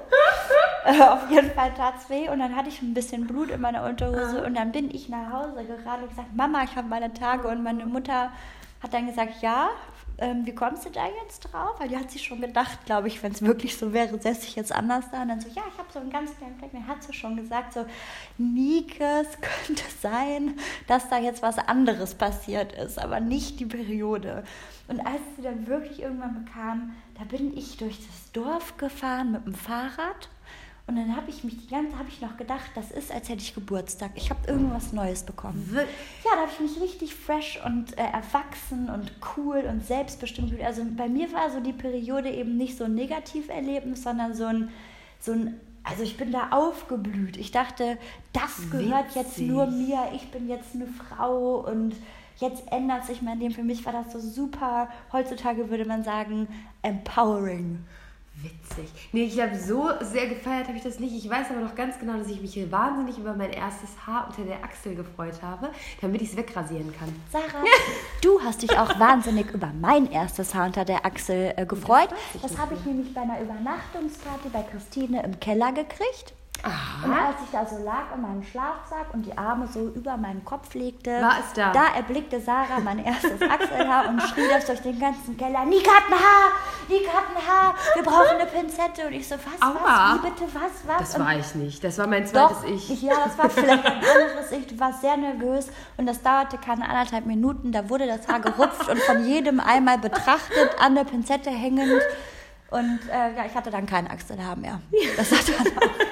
Auf jeden Fall tat es weh und dann hatte ich ein bisschen Blut in meiner Unterhose und dann bin ich nach Hause gerannt und gesagt, Mama, ich habe meine Tage, und meine Mutter hat dann gesagt, ja, wie kommst du da jetzt drauf? Weil die hat sich schon gedacht, glaube ich, wenn es wirklich so wäre, säße ich jetzt anders da. Und dann so, ja, ich habe so einen ganz kleinen Fleck. Dann hat sie schon gesagt, so, Nike, es könnte sein, dass da jetzt was anderes passiert ist, aber nicht die Periode. Und als sie dann wirklich irgendwann bekam, da bin ich durch das Dorf gefahren mit dem Fahrrad. Und dann habe ich noch gedacht, das ist, als hätte ich Geburtstag. Ich habe irgendwas Neues bekommen. Ja, da habe ich mich richtig fresh und erwachsen und cool und selbstbestimmt gefühlt. Also bei mir war so die Periode eben nicht so ein Negativerlebnis, sondern so ein also ich bin da aufgeblüht. Ich dachte, das gehört jetzt nur mir. Ich bin jetzt eine Frau und jetzt ändert sich mein Leben. Für mich war das so super, heutzutage würde man sagen, empowering. Witzig. Nee, ich habe so sehr gefeiert, habe ich das nicht. Ich weiß aber noch ganz genau, dass ich mich hier wahnsinnig über mein erstes Haar unter der Achsel gefreut habe, damit ich es wegrasieren kann. Sarah, du hast dich auch wahnsinnig über mein erstes Haar unter der Achsel gefreut. Das habe ich nämlich bei einer Übernachtungsparty bei Christine im Keller gekriegt. Aha. Und als ich da so lag in meinem Schlafsack und die Arme so über meinen Kopf legte, war es da erblickte Sarah mein erstes Achselhaar und schrie das durch den ganzen Keller, Nike hat ein Haar, wir brauchen eine Pinzette. Und ich so, was, wie bitte, was? Das war ich nicht, das war mein zweites Ich. Ja, das war vielleicht ein anderes Ich, du warst sehr nervös und das dauerte keine 1,5 Minuten, da wurde das Haar gerupft und von jedem einmal betrachtet, an der Pinzette hängend. Und ich hatte dann kein Achselhaar mehr. Das hat dann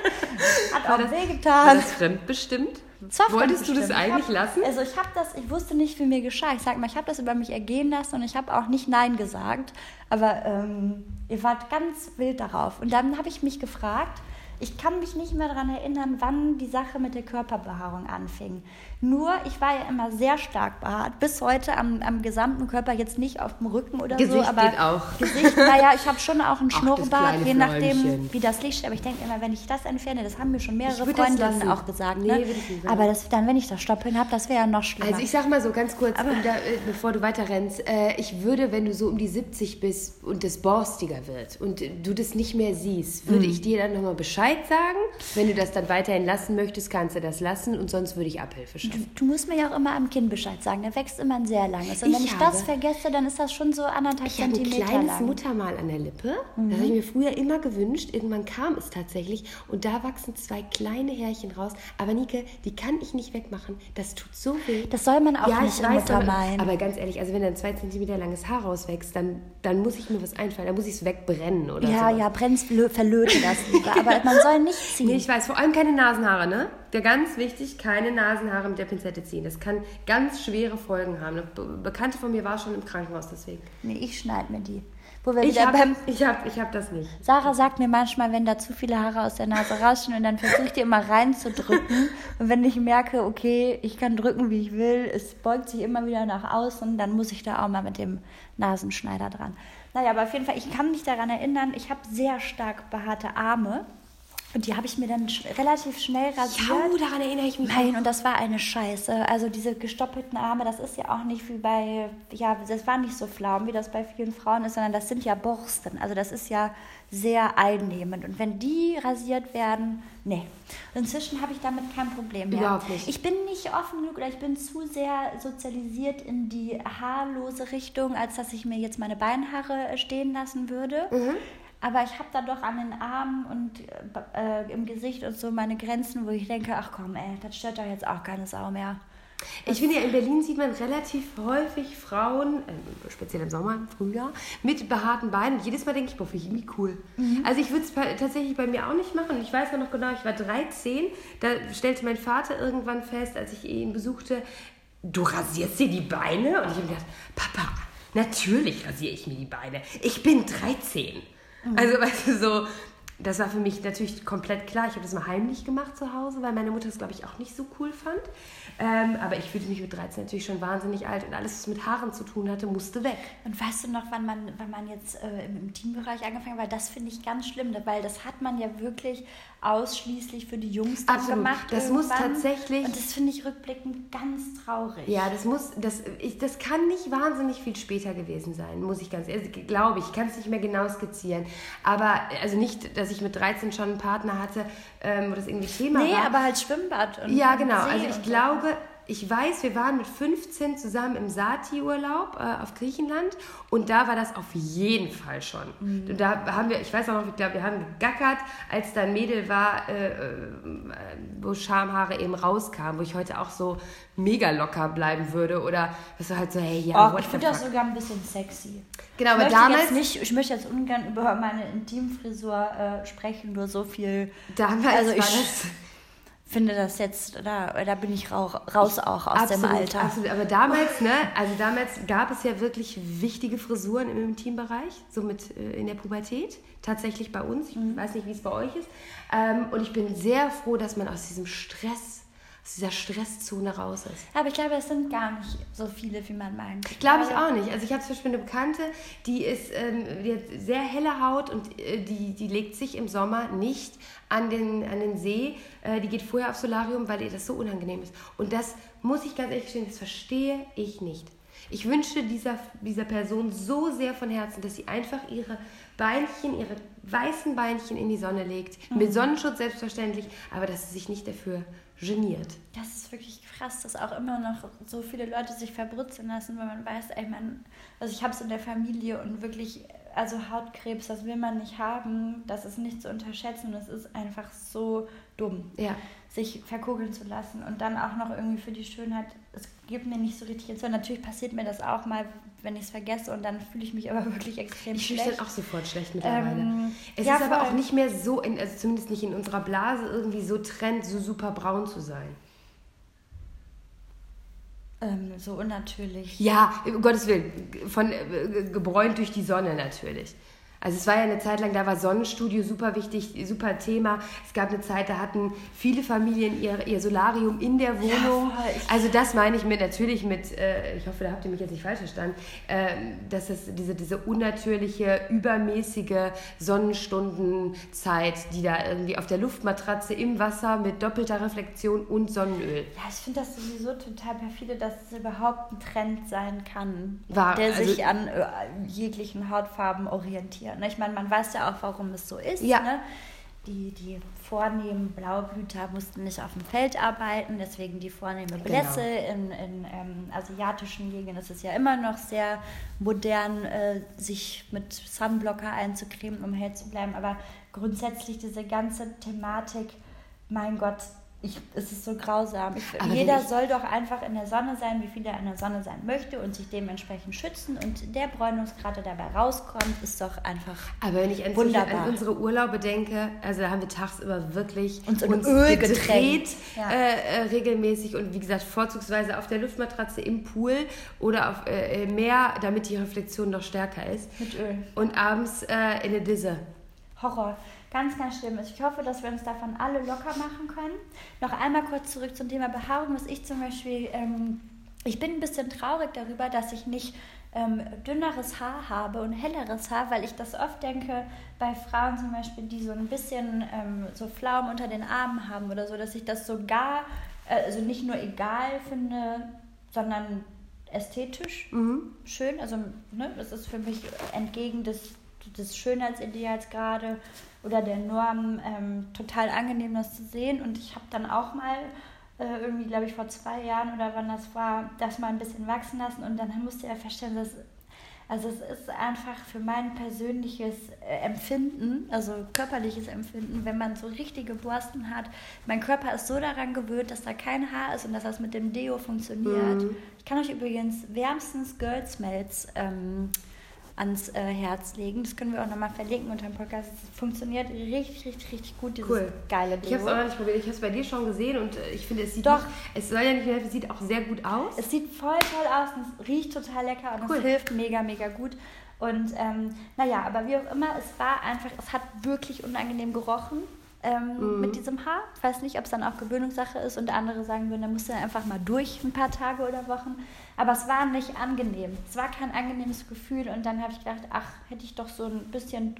auch wehgetan. War das fremdbestimmt? Wolltest du das eigentlich lassen? Also ich wusste nicht, wie mir geschah. Ich sag mal, ich habe das über mich ergehen lassen und ich habe auch nicht Nein gesagt. Aber ihr wart ganz wild darauf. Und dann habe ich mich gefragt, ich kann mich nicht mehr daran erinnern, wann die Sache mit der Körperbehaarung anfing. Nur, ich war ja immer sehr stark behaart. Bis heute am gesamten Körper, jetzt nicht auf dem Rücken oder Gesicht so. Aber geht auch. Gesicht, naja, ich habe schon auch einen Schnurrbart, je nachdem, wie das Licht steht. Aber ich denke immer, wenn ich das entferne, das haben mir schon mehrere Freundinnen auch gesagt. Nee, ne? würde ich nicht sagen. Aber dann, wenn ich das Stoppeln habe, das wäre ja noch schlimmer. Also ich sag mal so ganz kurz, bevor du weiterrennst, ich würde, wenn du so um die 70 bist und das borstiger wird und du das nicht mehr siehst, würde ich dir dann nochmal Bescheid sagen. Wenn du das dann weiterhin lassen möchtest, kannst du das lassen und sonst würde ich Abhilfe schaffen. Du musst mir ja auch immer am Kinn Bescheid sagen. Der wächst immer ein sehr langes. Und wenn ich das vergesse, dann ist das schon so 1,5 Zentimeter lang. Ich habe ein kleines Muttermal an der Lippe. Das habe ich mir früher immer gewünscht. Irgendwann kam es tatsächlich. Und da wachsen 2 kleine Härchen raus. Aber Nike, die kann ich nicht wegmachen. Das tut so weh. Das soll man auch nicht im Muttermal. Aber ganz ehrlich, also wenn dann 2 Zentimeter langes Haar rauswächst, dann muss ich mir was einfallen. Dann muss ich es wegbrennen oder so. Ja, verlöte das lieber. Aber man soll nicht ziehen. Nee, ich weiß, vor allem keine Nasenhaare, ne? Ganz wichtig, keine Nasenhaare mit der Pinzette ziehen. Das kann ganz schwere Folgen haben. Eine Bekannte von mir war schon im Krankenhaus deswegen. Nee, ich schneide mir die. Ich hab das nicht. Sarah sagt mir manchmal, wenn da zu viele Haare aus der Nase rausstehen, und dann versuche ich die immer reinzudrücken. Und wenn ich merke, okay, ich kann drücken, wie ich will, es beugt sich immer wieder nach außen, dann muss ich da auch mal mit dem Nasenschneider dran. Naja, aber auf jeden Fall, ich kann mich daran erinnern, ich habe sehr stark behaarte Arme. Und die habe ich mir dann relativ schnell rasiert. Ja, daran erinnere ich mich. Nein, und das war eine Scheiße. Also diese gestoppelten Arme, das ist ja auch nicht wie bei, ja, das war nicht so Pflaumen, wie das bei vielen Frauen ist, sondern das sind ja Borsten. Also das ist ja sehr einnehmend. Und wenn die rasiert werden, nee. Inzwischen habe ich damit kein Problem mehr. Überhaupt nicht. Ich bin nicht offen genug oder ich bin zu sehr sozialisiert in die haarlose Richtung, als dass ich mir jetzt meine Beinhaare stehen lassen würde. Aber ich habe da doch an den Armen und im Gesicht und so meine Grenzen, wo ich denke, ach komm, ey, das stört doch jetzt auch keine Sau mehr. Ich finde ja, in Berlin sieht man relativ häufig Frauen, speziell im Sommer, im Frühjahr, mit behaarten Beinen. Und jedes Mal denke ich, boah, finde ich irgendwie cool. Also ich würde es tatsächlich bei mir auch nicht machen. Und ich weiß ja noch genau, ich war 13, da stellte mein Vater irgendwann fest, als ich ihn besuchte, du rasierst dir die Beine? Und ich habe gedacht, Papa, natürlich rasiere ich mir die Beine. Ich bin 13. Also, weißt du, so, das war für mich natürlich komplett klar. Ich habe das mal heimlich gemacht zu Hause, weil meine Mutter das, glaube ich, auch nicht so cool fand. Aber ich fühlte mich mit 13 natürlich schon wahnsinnig alt und alles, was mit Haaren zu tun hatte, musste weg. Und weißt du noch, wann man jetzt im Intimbereich angefangen hat? Weil das finde ich ganz schlimm, weil das hat man ja wirklich ausschließlich für die Jungs dann gemacht. Das muss tatsächlich... Und das finde ich rückblickend ganz traurig. Ja, das kann nicht wahnsinnig viel später gewesen sein, muss ich ganz ehrlich, glaube ich. Ich kann es nicht mehr genau skizzieren. Aber, also nicht, dass ich mit 13 schon einen Partner hatte, wo das irgendwie Thema war. Nee, aber halt Schwimmbad. Und ja, genau. See Also ich glaube... Ich weiß, wir waren mit 15 zusammen im Sati-Urlaub auf Griechenland und da war das auf jeden Fall schon. Und da haben wir, ich weiß auch noch, ich glaube, wir haben gegackert, als da ein Mädel war, wo Schamhaare eben rauskamen, wo ich heute auch so mega locker bleiben würde oder was so halt so, hey, ja, ich finde das sogar ein bisschen sexy. Genau, aber damals... Ich möchte jetzt ungern über meine Intimfrisur sprechen, nur so viel... Damals also war das... finde das jetzt, da bin ich raus auch aus dem Alter. Absolut, aber damals, damals gab es ja wirklich wichtige Frisuren im Intimbereich, so mit in der Pubertät, tatsächlich bei uns, ich weiß nicht, wie es bei euch ist, und ich bin sehr froh, dass man aus dieser Stresszone raus ist. Aber ich glaube, es sind gar nicht so viele, wie man meint. Glaube ich auch nicht. Also ich habe zum Beispiel eine Bekannte, die hat sehr helle Haut und die legt sich im Sommer nicht an den See. Die geht vorher aufs Solarium, weil ihr das so unangenehm ist. Und das muss ich ganz ehrlich gestehen, das verstehe ich nicht. Ich wünsche dieser Person so sehr von Herzen, dass sie einfach ihre weißen Beinchen in die Sonne legt. Mit Sonnenschutz selbstverständlich, aber dass sie sich nicht dafür geniert. Das ist wirklich krass, dass auch immer noch so viele Leute sich verbrutzeln lassen, weil man weiß, also ich habe es in der Familie und wirklich, also Hautkrebs, das will man nicht haben, das ist nicht zu unterschätzen und es ist einfach so dumm, sich verkugeln zu lassen und dann auch noch irgendwie für die Schönheit, es gibt mir nicht so richtig ins Hirn. Natürlich passiert mir das auch mal, wenn ich es vergesse und dann fühle ich mich aber wirklich extrem schlecht. Ich fühle mich dann auch sofort schlecht mittlerweile. Es ist aber auch nicht mehr so, also zumindest nicht in unserer Blase, irgendwie so Trend, so super braun zu sein. So unnatürlich. Ja, um Gottes Willen, gebräunt durch die Sonne natürlich. Also es war ja eine Zeit lang, da war Sonnenstudio super wichtig, super Thema. Es gab eine Zeit, da hatten viele Familien ihr Solarium in der Wohnung. Ja, also das meine ich natürlich mit, ich hoffe, da habt ihr mich jetzt nicht falsch verstanden, dass es diese unnatürliche, übermäßige Sonnenstundenzeit, die da irgendwie auf der Luftmatratze im Wasser mit doppelter Reflexion und Sonnenöl. Ja, ich finde das sowieso total perfide, dass es überhaupt ein Trend sein kann, sich an jeglichen Hautfarben orientiert. Ich meine, man weiß ja auch, warum es so ist. Ja. Ne? Die vornehmen Blaublüter mussten nicht auf dem Feld arbeiten, deswegen die vornehme Blässe. Genau. In asiatischen Gegenden ist es ja immer noch sehr modern, sich mit Sunblocker einzucremen, um hell zu bleiben. Aber grundsätzlich diese ganze Thematik, mein Gott, es ist so grausam. Jeder soll doch einfach in der Sonne sein, wie viel er in der Sonne sein möchte und sich dementsprechend schützen. Und der Bräunungsgrad, der dabei rauskommt, ist doch einfach aber wenn ich wunderbar. An unsere Urlaube denke, also da haben wir tagsüber wirklich uns Öl gedreht. Regelmäßig und wie gesagt, vorzugsweise auf der Luftmatratze im Pool oder auf Meer, damit die Reflexion noch stärker ist. Mit Öl. Und abends in der Disse. Horror. Ganz, ganz schlimm ist. Ich hoffe, dass wir uns davon alle locker machen können. Noch einmal kurz zurück zum Thema Behaarung, was ich zum Beispiel, ich bin ein bisschen traurig darüber, dass ich nicht dünneres Haar habe und helleres Haar, weil ich das oft denke, bei Frauen zum Beispiel, die so ein bisschen so Pflaumen unter den Armen haben oder so, dass ich das sogar, also nicht nur egal finde, sondern ästhetisch schön. Also ne, das ist für mich entgegen des Schönheitsideals gerade oder der Norm total angenehm, das zu sehen. Und ich habe dann auch mal irgendwie, glaube ich, vor 2 Jahren oder wann das war, das mal ein bisschen wachsen lassen. Und dann musste ich ja feststellen, dass es ist einfach für mein persönliches Empfinden, also körperliches Empfinden, wenn man so richtige Borsten hat. Mein Körper ist so daran gewöhnt, dass da kein Haar ist und dass das mit dem Deo funktioniert. Ich kann euch übrigens wärmstens Girl Smells ans Herz legen. Das können wir auch nochmal verlinken unter dem Podcast. Es funktioniert richtig, richtig, richtig gut, dieses geile Deo. Ich habe es auch noch nicht probiert. Ich habe es bei dir schon gesehen und ich finde, es sieht es soll ja nicht mehr, es sieht auch sehr gut aus. Es sieht voll toll aus und es riecht total lecker und es hilft mega, mega gut. Und aber wie auch immer, es hat wirklich unangenehm gerochen. Mit diesem Haar. Ich weiß nicht, ob es dann auch Gewöhnungssache ist und andere sagen würden, da musst du dann einfach mal durch ein paar Tage oder Wochen. Aber es war nicht angenehm. Es war kein angenehmes Gefühl und dann habe ich gedacht, hätte ich doch so ein bisschen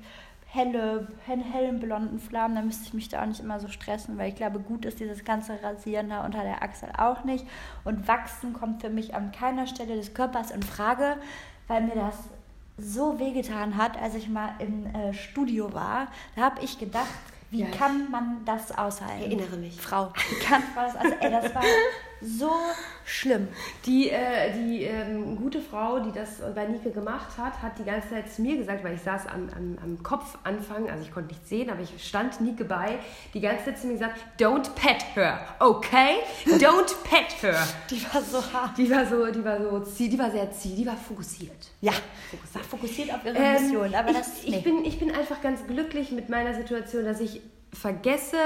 hellen blonden Flammen, dann müsste ich mich da auch nicht immer so stressen, weil ich glaube, gut ist dieses ganze Rasieren da unter der Achsel auch nicht. Und Wachsen kommt für mich an keiner Stelle des Körpers in Frage, weil mir das so wehgetan hat, als ich mal im Studio war. Da habe ich gedacht, wie kann man das aushalten? Ich erinnere mich. Frau, wie kann man das aushalten? Das war so schlimm. Die gute Frau, die das bei Nike gemacht hat die ganze Zeit zu mir gesagt, weil ich saß am Kopfanfang, also ich konnte nichts sehen, aber ich stand Nike bei, die ganze Zeit zu mir gesagt, don't pet her, okay? Don't pet her. Die war so hart. Die war fokussiert. Ja, war fokussiert auf ihre Mission. Aber ich bin einfach ganz glücklich mit meiner Situation, dass ich vergesse,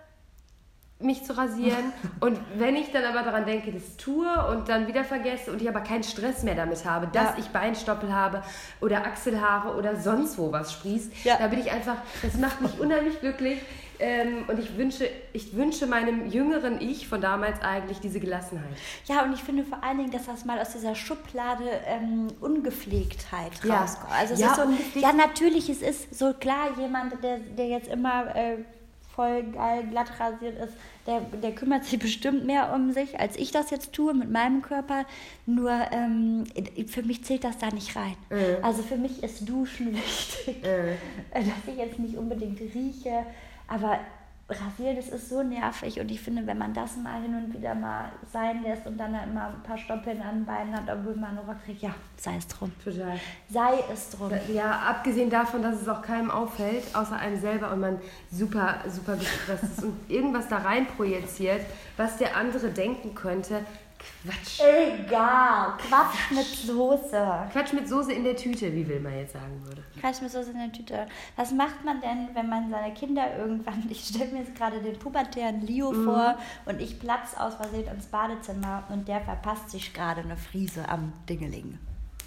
mich zu rasieren und wenn ich dann aber daran denke, das tue und dann wieder vergesse und ich aber keinen Stress mehr damit habe, dass ich Beinstoppel habe oder Achselhaare oder sonst wo was sprießt, da bin ich einfach, das macht mich unheimlich glücklich und ich wünsche meinem jüngeren Ich von damals eigentlich diese Gelassenheit. Ja, und ich finde vor allen Dingen, dass das mal aus dieser Schublade Ungepflegtheit rauskommt. Also es ist so, natürlich, es ist so klar, jemand, der jetzt immer voll geil glatt rasiert ist, der kümmert sich bestimmt mehr um sich, als ich das jetzt tue mit meinem Körper. Nur für mich zählt das da nicht rein. Also für mich ist Duschen wichtig, dass ich jetzt nicht unbedingt rieche, aber Rasieren, das ist so nervig und ich finde, wenn man das mal hin und wieder mal sein lässt und dann halt mal ein paar Stoppeln an den Beinen hat, obwohl man einen Rock kriegt, sei es drum. Total. Sei es drum. Ja, abgesehen davon, dass es auch keinem auffällt, außer einem selber und man super, super gestresst ist und irgendwas da rein projiziert, was der andere denken könnte. Quatsch. Egal. Quatsch mit Soße. Quatsch mit Soße in der Tüte, wie Wilma jetzt sagen würde. Quatsch mit Soße in der Tüte. Was macht man denn, wenn man seine Kinder irgendwann, ich stelle mir jetzt gerade den pubertären Leo vor und ich platze aus Versehen ins Badezimmer und der verpasst sich gerade eine Friese am Dingeling.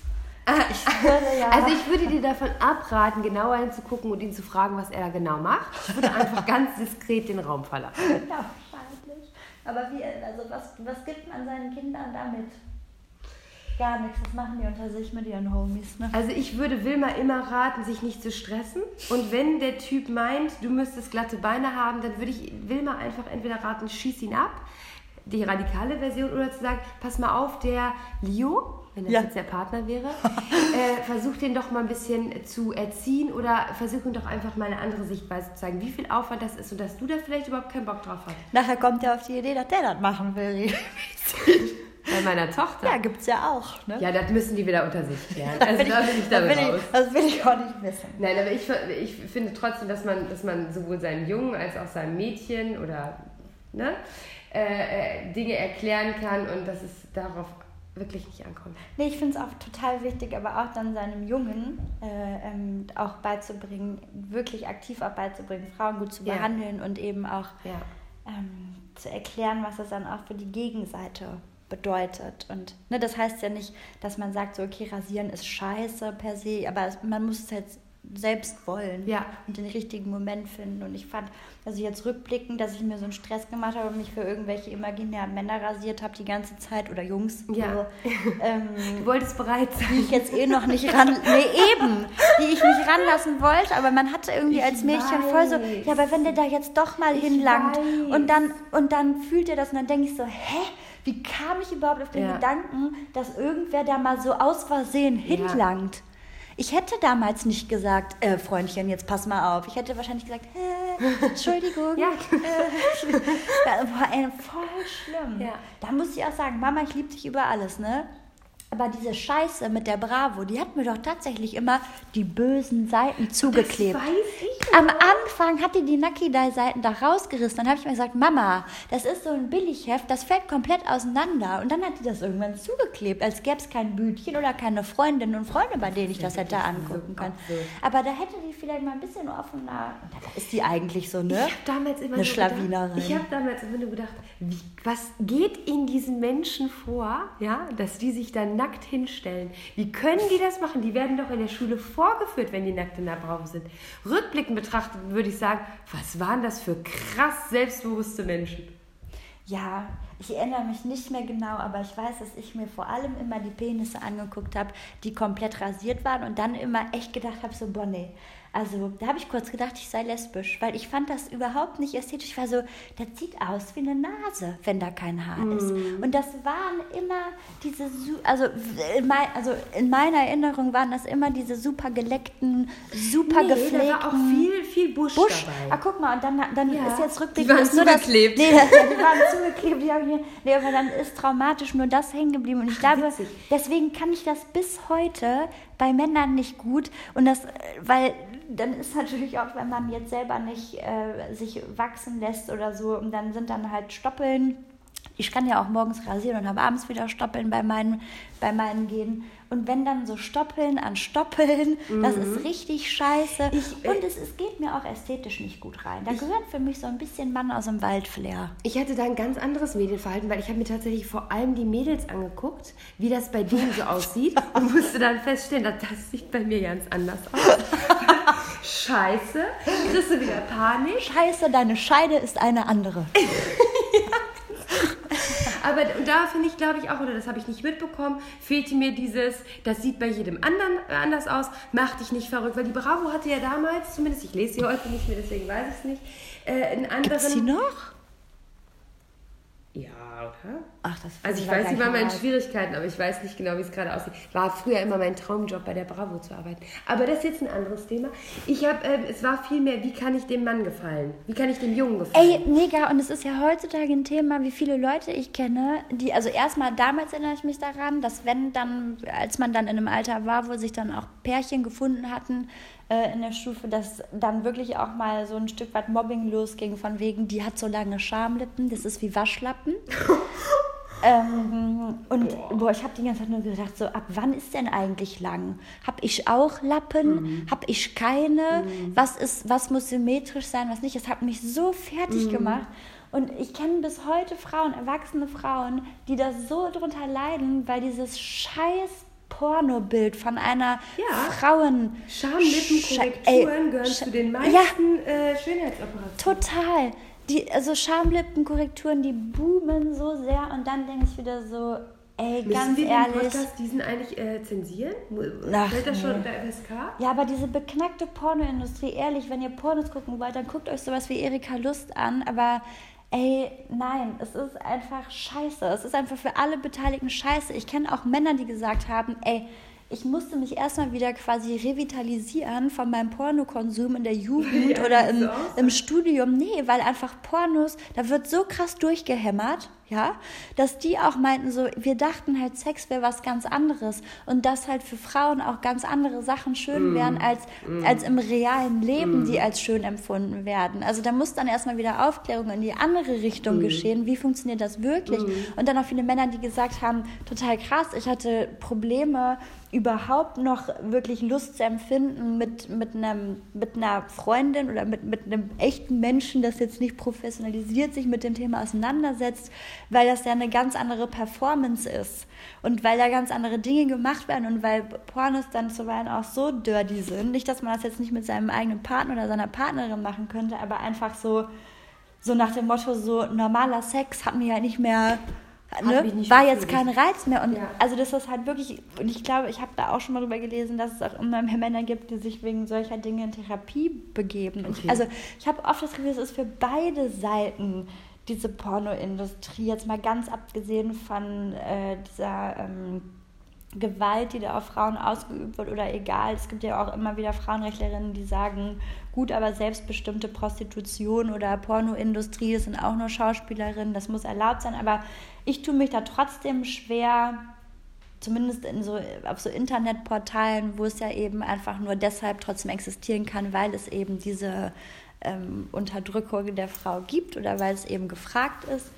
Ich würde dir davon abraten, genauer hinzugucken und ihn zu fragen, was er da genau macht. Ich würde einfach ganz diskret den Raum verlassen. Ja, wahrscheinlich. Aber was gibt man seinen Kindern damit? Gar nichts. Das machen die unter sich mit ihren Homies, ne? Also ich würde Wilma immer raten, sich nicht zu stressen. Und wenn der Typ meint, du müsstest glatte Beine haben, dann würde ich Wilma einfach entweder raten, schieß ihn ab, die radikale Version, oder zu sagen, pass mal auf, der Leo, wenn das jetzt der Partner wäre, versuch den doch mal ein bisschen zu erziehen oder versuch ihm doch einfach mal eine andere Sichtweise zu zeigen, wie viel Aufwand das ist und dass du da vielleicht überhaupt keinen Bock drauf hast. Nachher kommt er auf die Idee, dass der das machen will. Bei meiner Tochter? Ja, gibt's ja auch. Ne? Ja, das müssen die wieder unter sich klären. Also da bin ich damit raus. Das will ich auch nicht wissen. Nein, aber ich finde trotzdem, dass man sowohl seinem Jungen als auch seinem Mädchen oder Dinge erklären kann und dass es darauf wirklich nicht ankommt. Nee, ich finde es auch total wichtig, aber auch dann seinem Jungen auch beizubringen, wirklich aktiv auch beizubringen, Frauen gut zu behandeln und eben auch zu erklären, was es dann auch für die Gegenseite bedeutet. Und das heißt ja nicht, dass man sagt, so okay, rasieren ist scheiße per se, aber man muss es jetzt selbst wollen Ja. und den richtigen Moment finden. Und ich fand, also jetzt rückblickend, dass ich mir so einen Stress gemacht habe und mich für irgendwelche imaginären Männer rasiert habe die ganze Zeit oder Jungs. Ja. So, Du wolltest bereit sein. die ich jetzt noch nicht die ich nicht ranlassen wollte, aber man hatte irgendwie als Mädchen voll so, ja, aber wenn der da jetzt doch mal hinlangt und dann fühlt er das und dann denke ich so, hä? Wie kam ich überhaupt auf den Gedanken, dass irgendwer da mal so aus Versehen hinlangt? Ich hätte damals nicht gesagt, Freundchen, jetzt pass mal auf. Ich hätte wahrscheinlich gesagt, Entschuldigung. Voll schlimm. Ja. Da muss ich auch sagen, Mama, ich liebe dich über alles, ne? Aber diese Scheiße mit der Bravo, die hat mir doch tatsächlich immer die bösen Seiten zugeklebt. Das weiß ich. Am Anfang hat die Naki-Dai-Seiten da rausgerissen. Dann habe ich mir gesagt, Mama, das ist so ein Billigheft, das fällt komplett auseinander. Und dann hat die das irgendwann zugeklebt, als gäbe es kein Bütchen oder keine Freundinnen und Freunde, bei denen ich das hätte angucken können. Aber da hätte die vielleicht mal ein bisschen offener. Und da ist die eigentlich so, ne? Ich habe damals immer eine so Schlawinerin. Ich habe damals immer nur gedacht, was geht in diesen Menschen vor, ja, dass die sich dann nackt hinstellen? Wie können die das machen? Die werden doch in der Schule vorgeführt, wenn die nackt in der Bravo sind. Rückblickend betrachtet würde ich sagen, was waren das für krass selbstbewusste Menschen? Ja, ich erinnere mich nicht mehr genau, aber ich weiß, dass ich mir vor allem immer die Penisse angeguckt habe, die komplett rasiert waren und dann immer echt gedacht habe, so, boah, nee. Also da habe ich kurz gedacht, ich sei lesbisch, weil ich fand das überhaupt nicht ästhetisch. Ich war so, das sieht aus wie eine Nase, wenn da kein Haar ist. Und das waren immer diese, in meiner Erinnerung waren das immer diese super geleckten, super gepflegten. Da war auch viel Busch dabei. Ah, guck mal, und dann ist jetzt Rückblick. Die waren zugeklebt. Die waren zugeklebt. Aber dann ist traumatisch nur das hängen geblieben. Und ich glaube, deswegen kann ich das bis heute bei Männern nicht gut. Und das, weil dann ist natürlich auch, wenn man jetzt selber nicht sich wachsen lässt oder so, und dann sind dann halt Stoppeln. Ich kann ja auch morgens rasieren und habe abends wieder Stoppeln bei meinen Genen. Und wenn dann so Stoppeln an Stoppeln, das ist richtig scheiße. Und es geht mir auch ästhetisch nicht gut rein. Da gehört für mich so ein bisschen Mann aus dem Wald-Flair. Ich hatte da ein ganz anderes Medienverhalten, weil ich habe mir tatsächlich vor allem die Mädels angeguckt, wie das bei denen so aussieht und musste dann feststellen, das sieht bei mir ganz anders aus. Scheiße, kriegst du wieder Panik. Scheiße, deine Scheide ist eine andere. Aber da finde ich, glaube ich auch, oder das habe ich nicht mitbekommen, fehlte mir dieses, das sieht bei jedem anderen anders aus, mach dich nicht verrückt. Weil die Bravo hatte ja damals, zumindest, ich lese sie heute nicht mehr, deswegen weiß ich es nicht, einen anderen... Gibt's sie noch? Ja, oder? Ach, das also ich weiß, sie war mal in Schwierigkeiten, aber ich weiß nicht genau, wie es gerade aussieht. War früher immer mein Traumjob, bei der Bravo zu arbeiten. Aber das ist jetzt ein anderes Thema. Es war vielmehr, wie kann ich dem Mann gefallen? Wie kann ich dem Jungen gefallen? Ey, mega. Und es ist ja heutzutage ein Thema, wie viele Leute ich kenne, die, also erstmal damals erinnere ich mich daran, dass als man dann in einem Alter war, wo sich dann auch Pärchen gefunden hatten, in der Stufe, dass dann wirklich auch mal so ein Stück weit Mobbing losging, von wegen, die hat so lange Schamlippen, das ist wie Waschlappen. Ich habe die ganze Zeit nur gedacht, so, ab wann ist denn eigentlich lang? Habe ich auch Lappen? Habe ich keine? Was muss symmetrisch sein, was nicht? Das hat mich so fertig gemacht. Und ich kenne bis heute Frauen, erwachsene Frauen, die da so drunter leiden, weil dieses scheiß Pornobild von einer Frauen... Schamlippenkorrekturen gehören zu den meisten Schönheitsoperationen. Total. Also Schamlippenkorrekturen, die boomen so sehr und dann denke ich wieder so, ey, ganz wir ehrlich. Den Podcast diesen eigentlich zensieren? Fällt das schon unter FSK? Ja, aber diese beknackte Pornoindustrie, ehrlich, wenn ihr Pornos gucken wollt, dann guckt euch sowas wie Erika Lust an, aber ey, nein, es ist einfach scheiße. Es ist einfach für alle Beteiligten scheiße. Ich kenne auch Männer, die gesagt haben, ey, ich musste mich erstmal wieder quasi revitalisieren von meinem Pornokonsum in der Jugend oder im Studium. Nee, weil einfach Pornos, da wird so krass durchgehämmert, ja, dass die auch meinten so, wir dachten halt, Sex wäre was ganz anderes und dass halt für Frauen auch ganz andere Sachen schön wären als im realen Leben, die als schön empfunden werden. Also da muss dann erstmal wieder Aufklärung in die andere Richtung geschehen. Wie funktioniert das wirklich? Und dann auch viele Männer, die gesagt haben, total krass, ich hatte Probleme, überhaupt noch wirklich Lust zu empfinden mit einer Freundin oder mit einem echten Menschen, das jetzt nicht professionalisiert sich mit dem Thema auseinandersetzt, weil das ja eine ganz andere Performance ist und weil da ganz andere Dinge gemacht werden und weil Pornos dann zuweilen auch so dirty sind. Nicht, dass man das jetzt nicht mit seinem eigenen Partner oder seiner Partnerin machen könnte, aber einfach so nach dem Motto, so normaler Sex hat mir ja nicht mehr... Ne? War jetzt kein Reiz mehr und also das ist halt wirklich, und ich glaube, ich habe da auch schon mal drüber gelesen, dass es auch immer mehr Männer gibt, die sich wegen solcher Dinge in Therapie begeben. Okay. Ich habe oft das Gefühl, es ist für beide Seiten diese Pornoindustrie, jetzt mal ganz abgesehen von dieser Gewalt, die da auf Frauen ausgeübt wird oder egal. Es gibt ja auch immer wieder Frauenrechtlerinnen, die sagen, gut, aber selbstbestimmte Prostitution oder Pornoindustrie, das sind auch nur Schauspielerinnen, das muss erlaubt sein, aber ich tue mich da trotzdem schwer, zumindest auf so Internetportalen, wo es ja eben einfach nur deshalb trotzdem existieren kann, weil es eben diese Unterdrückung der Frau gibt oder weil es eben gefragt ist.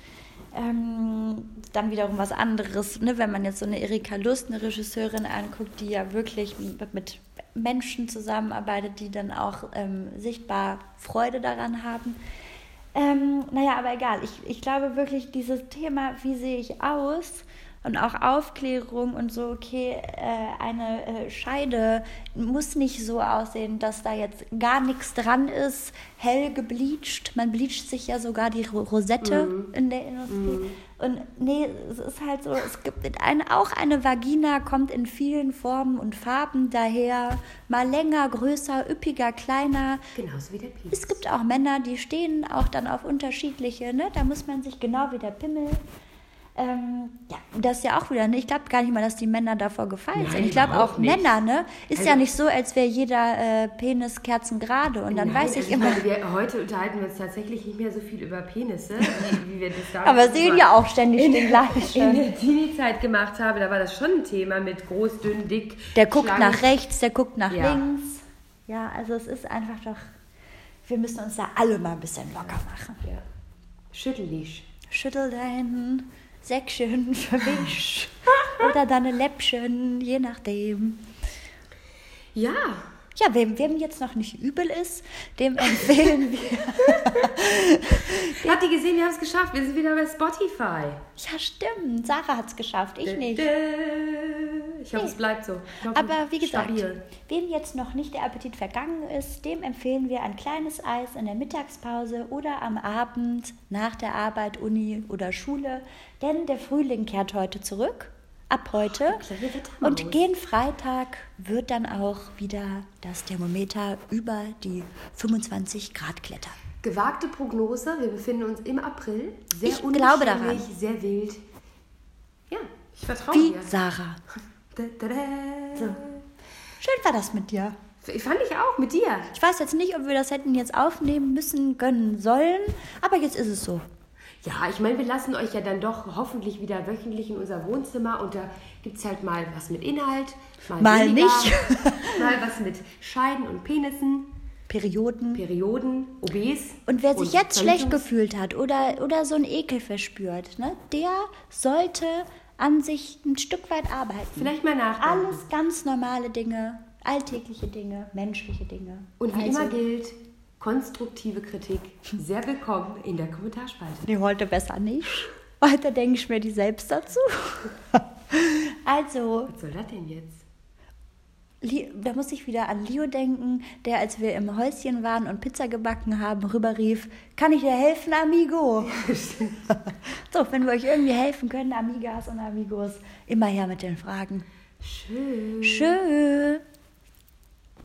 Dann wiederum was anderes, ne? Wenn man jetzt so eine Erika Lust, eine Regisseurin anguckt, die ja wirklich mit Menschen zusammenarbeitet, die dann auch sichtbar Freude daran haben. Aber egal, ich glaube wirklich, dieses Thema, wie sehe ich aus und auch Aufklärung und so, okay, eine Scheide muss nicht so aussehen, dass da jetzt gar nichts dran ist, hell gebleicht. Man bleacht sich ja sogar die Rosette in der Industrie. Und nee, es ist halt so, es gibt auch eine Vagina, kommt in vielen Formen und Farben daher, mal länger, größer, üppiger, kleiner. Genauso wie der Penis. Es gibt auch Männer, die stehen auch dann auf unterschiedliche, ne? Da muss man sich genau wie der Pimmel. Das ist ja auch wieder, ne? Ich glaube gar nicht mal, dass die Männer davor gefallen sind. Ich glaube auch nicht. Männer, ne? Ist ja nicht so, als wäre jeder Penis kerzengerade und dann weiß ich immer... Heute unterhalten wir uns tatsächlich nicht mehr so viel über Penisse, wie wir das damals... Aber sehen ja auch ständig den gleichen. In der Teenie-Zeit gemacht habe, da war das schon ein Thema mit groß, dünn, dick, der guckt schlank. Nach rechts, der guckt nach links. Ja, also es ist einfach doch... Wir müssen uns da alle mal ein bisschen locker machen. Ja. Schüttel dich. Schüttel deinen... Säckchen verwisch oder deine Läppchen, je nachdem. Ja. Ja, wem jetzt noch nicht übel ist, dem empfehlen wir. Habt ihr gesehen, wir haben es geschafft. Wir sind wieder bei Spotify. Ja, stimmt. Sarah hat es geschafft, ich nicht. Ich hoffe, es bleibt so. Aber wie gesagt, wem jetzt noch nicht der Appetit vergangen ist, dem empfehlen wir ein kleines Eis in der Mittagspause oder am Abend nach der Arbeit, Uni oder Schule. Denn der Frühling kehrt heute zurück. Ab heute und gen Freitag wird dann auch wieder das Thermometer über die 25 Grad klettern. Gewagte Prognose, wir befinden uns im April. Ich glaube daran. Sehr wild. Ja, ich vertraue dir. Wie Sarah. So. Schön war das mit dir. Fand ich auch, mit dir. Ich weiß jetzt nicht, ob wir das hätten jetzt aufnehmen müssen, gönnen sollen, aber jetzt ist es so. Ja, ich meine, wir lassen euch ja dann doch hoffentlich wieder wöchentlich in unser Wohnzimmer und da gibt es halt mal was mit Inhalt, mal weniger, nicht. Mal was mit Scheiden und Penissen. Perioden, Obes. Und wer sich jetzt schlecht gefühlt hat oder so einen Ekel verspürt, ne, der sollte an sich ein Stück weit arbeiten. Vielleicht mal nachdenken. Alles ganz normale Dinge, alltägliche Dinge, menschliche Dinge. Und wie immer gilt... konstruktive Kritik, sehr willkommen in der Kommentarspalte. Nee, heute besser nicht. Heute denke ich mir die selbst dazu. Also... Was soll das denn jetzt? Da muss ich wieder an Leo denken, der, als wir im Häuschen waren und Pizza gebacken haben, rüberrief, kann ich dir helfen, Amigo? So, wenn wir euch irgendwie helfen können, Amigas und Amigos, immer her mit den Fragen. Schön. Schön.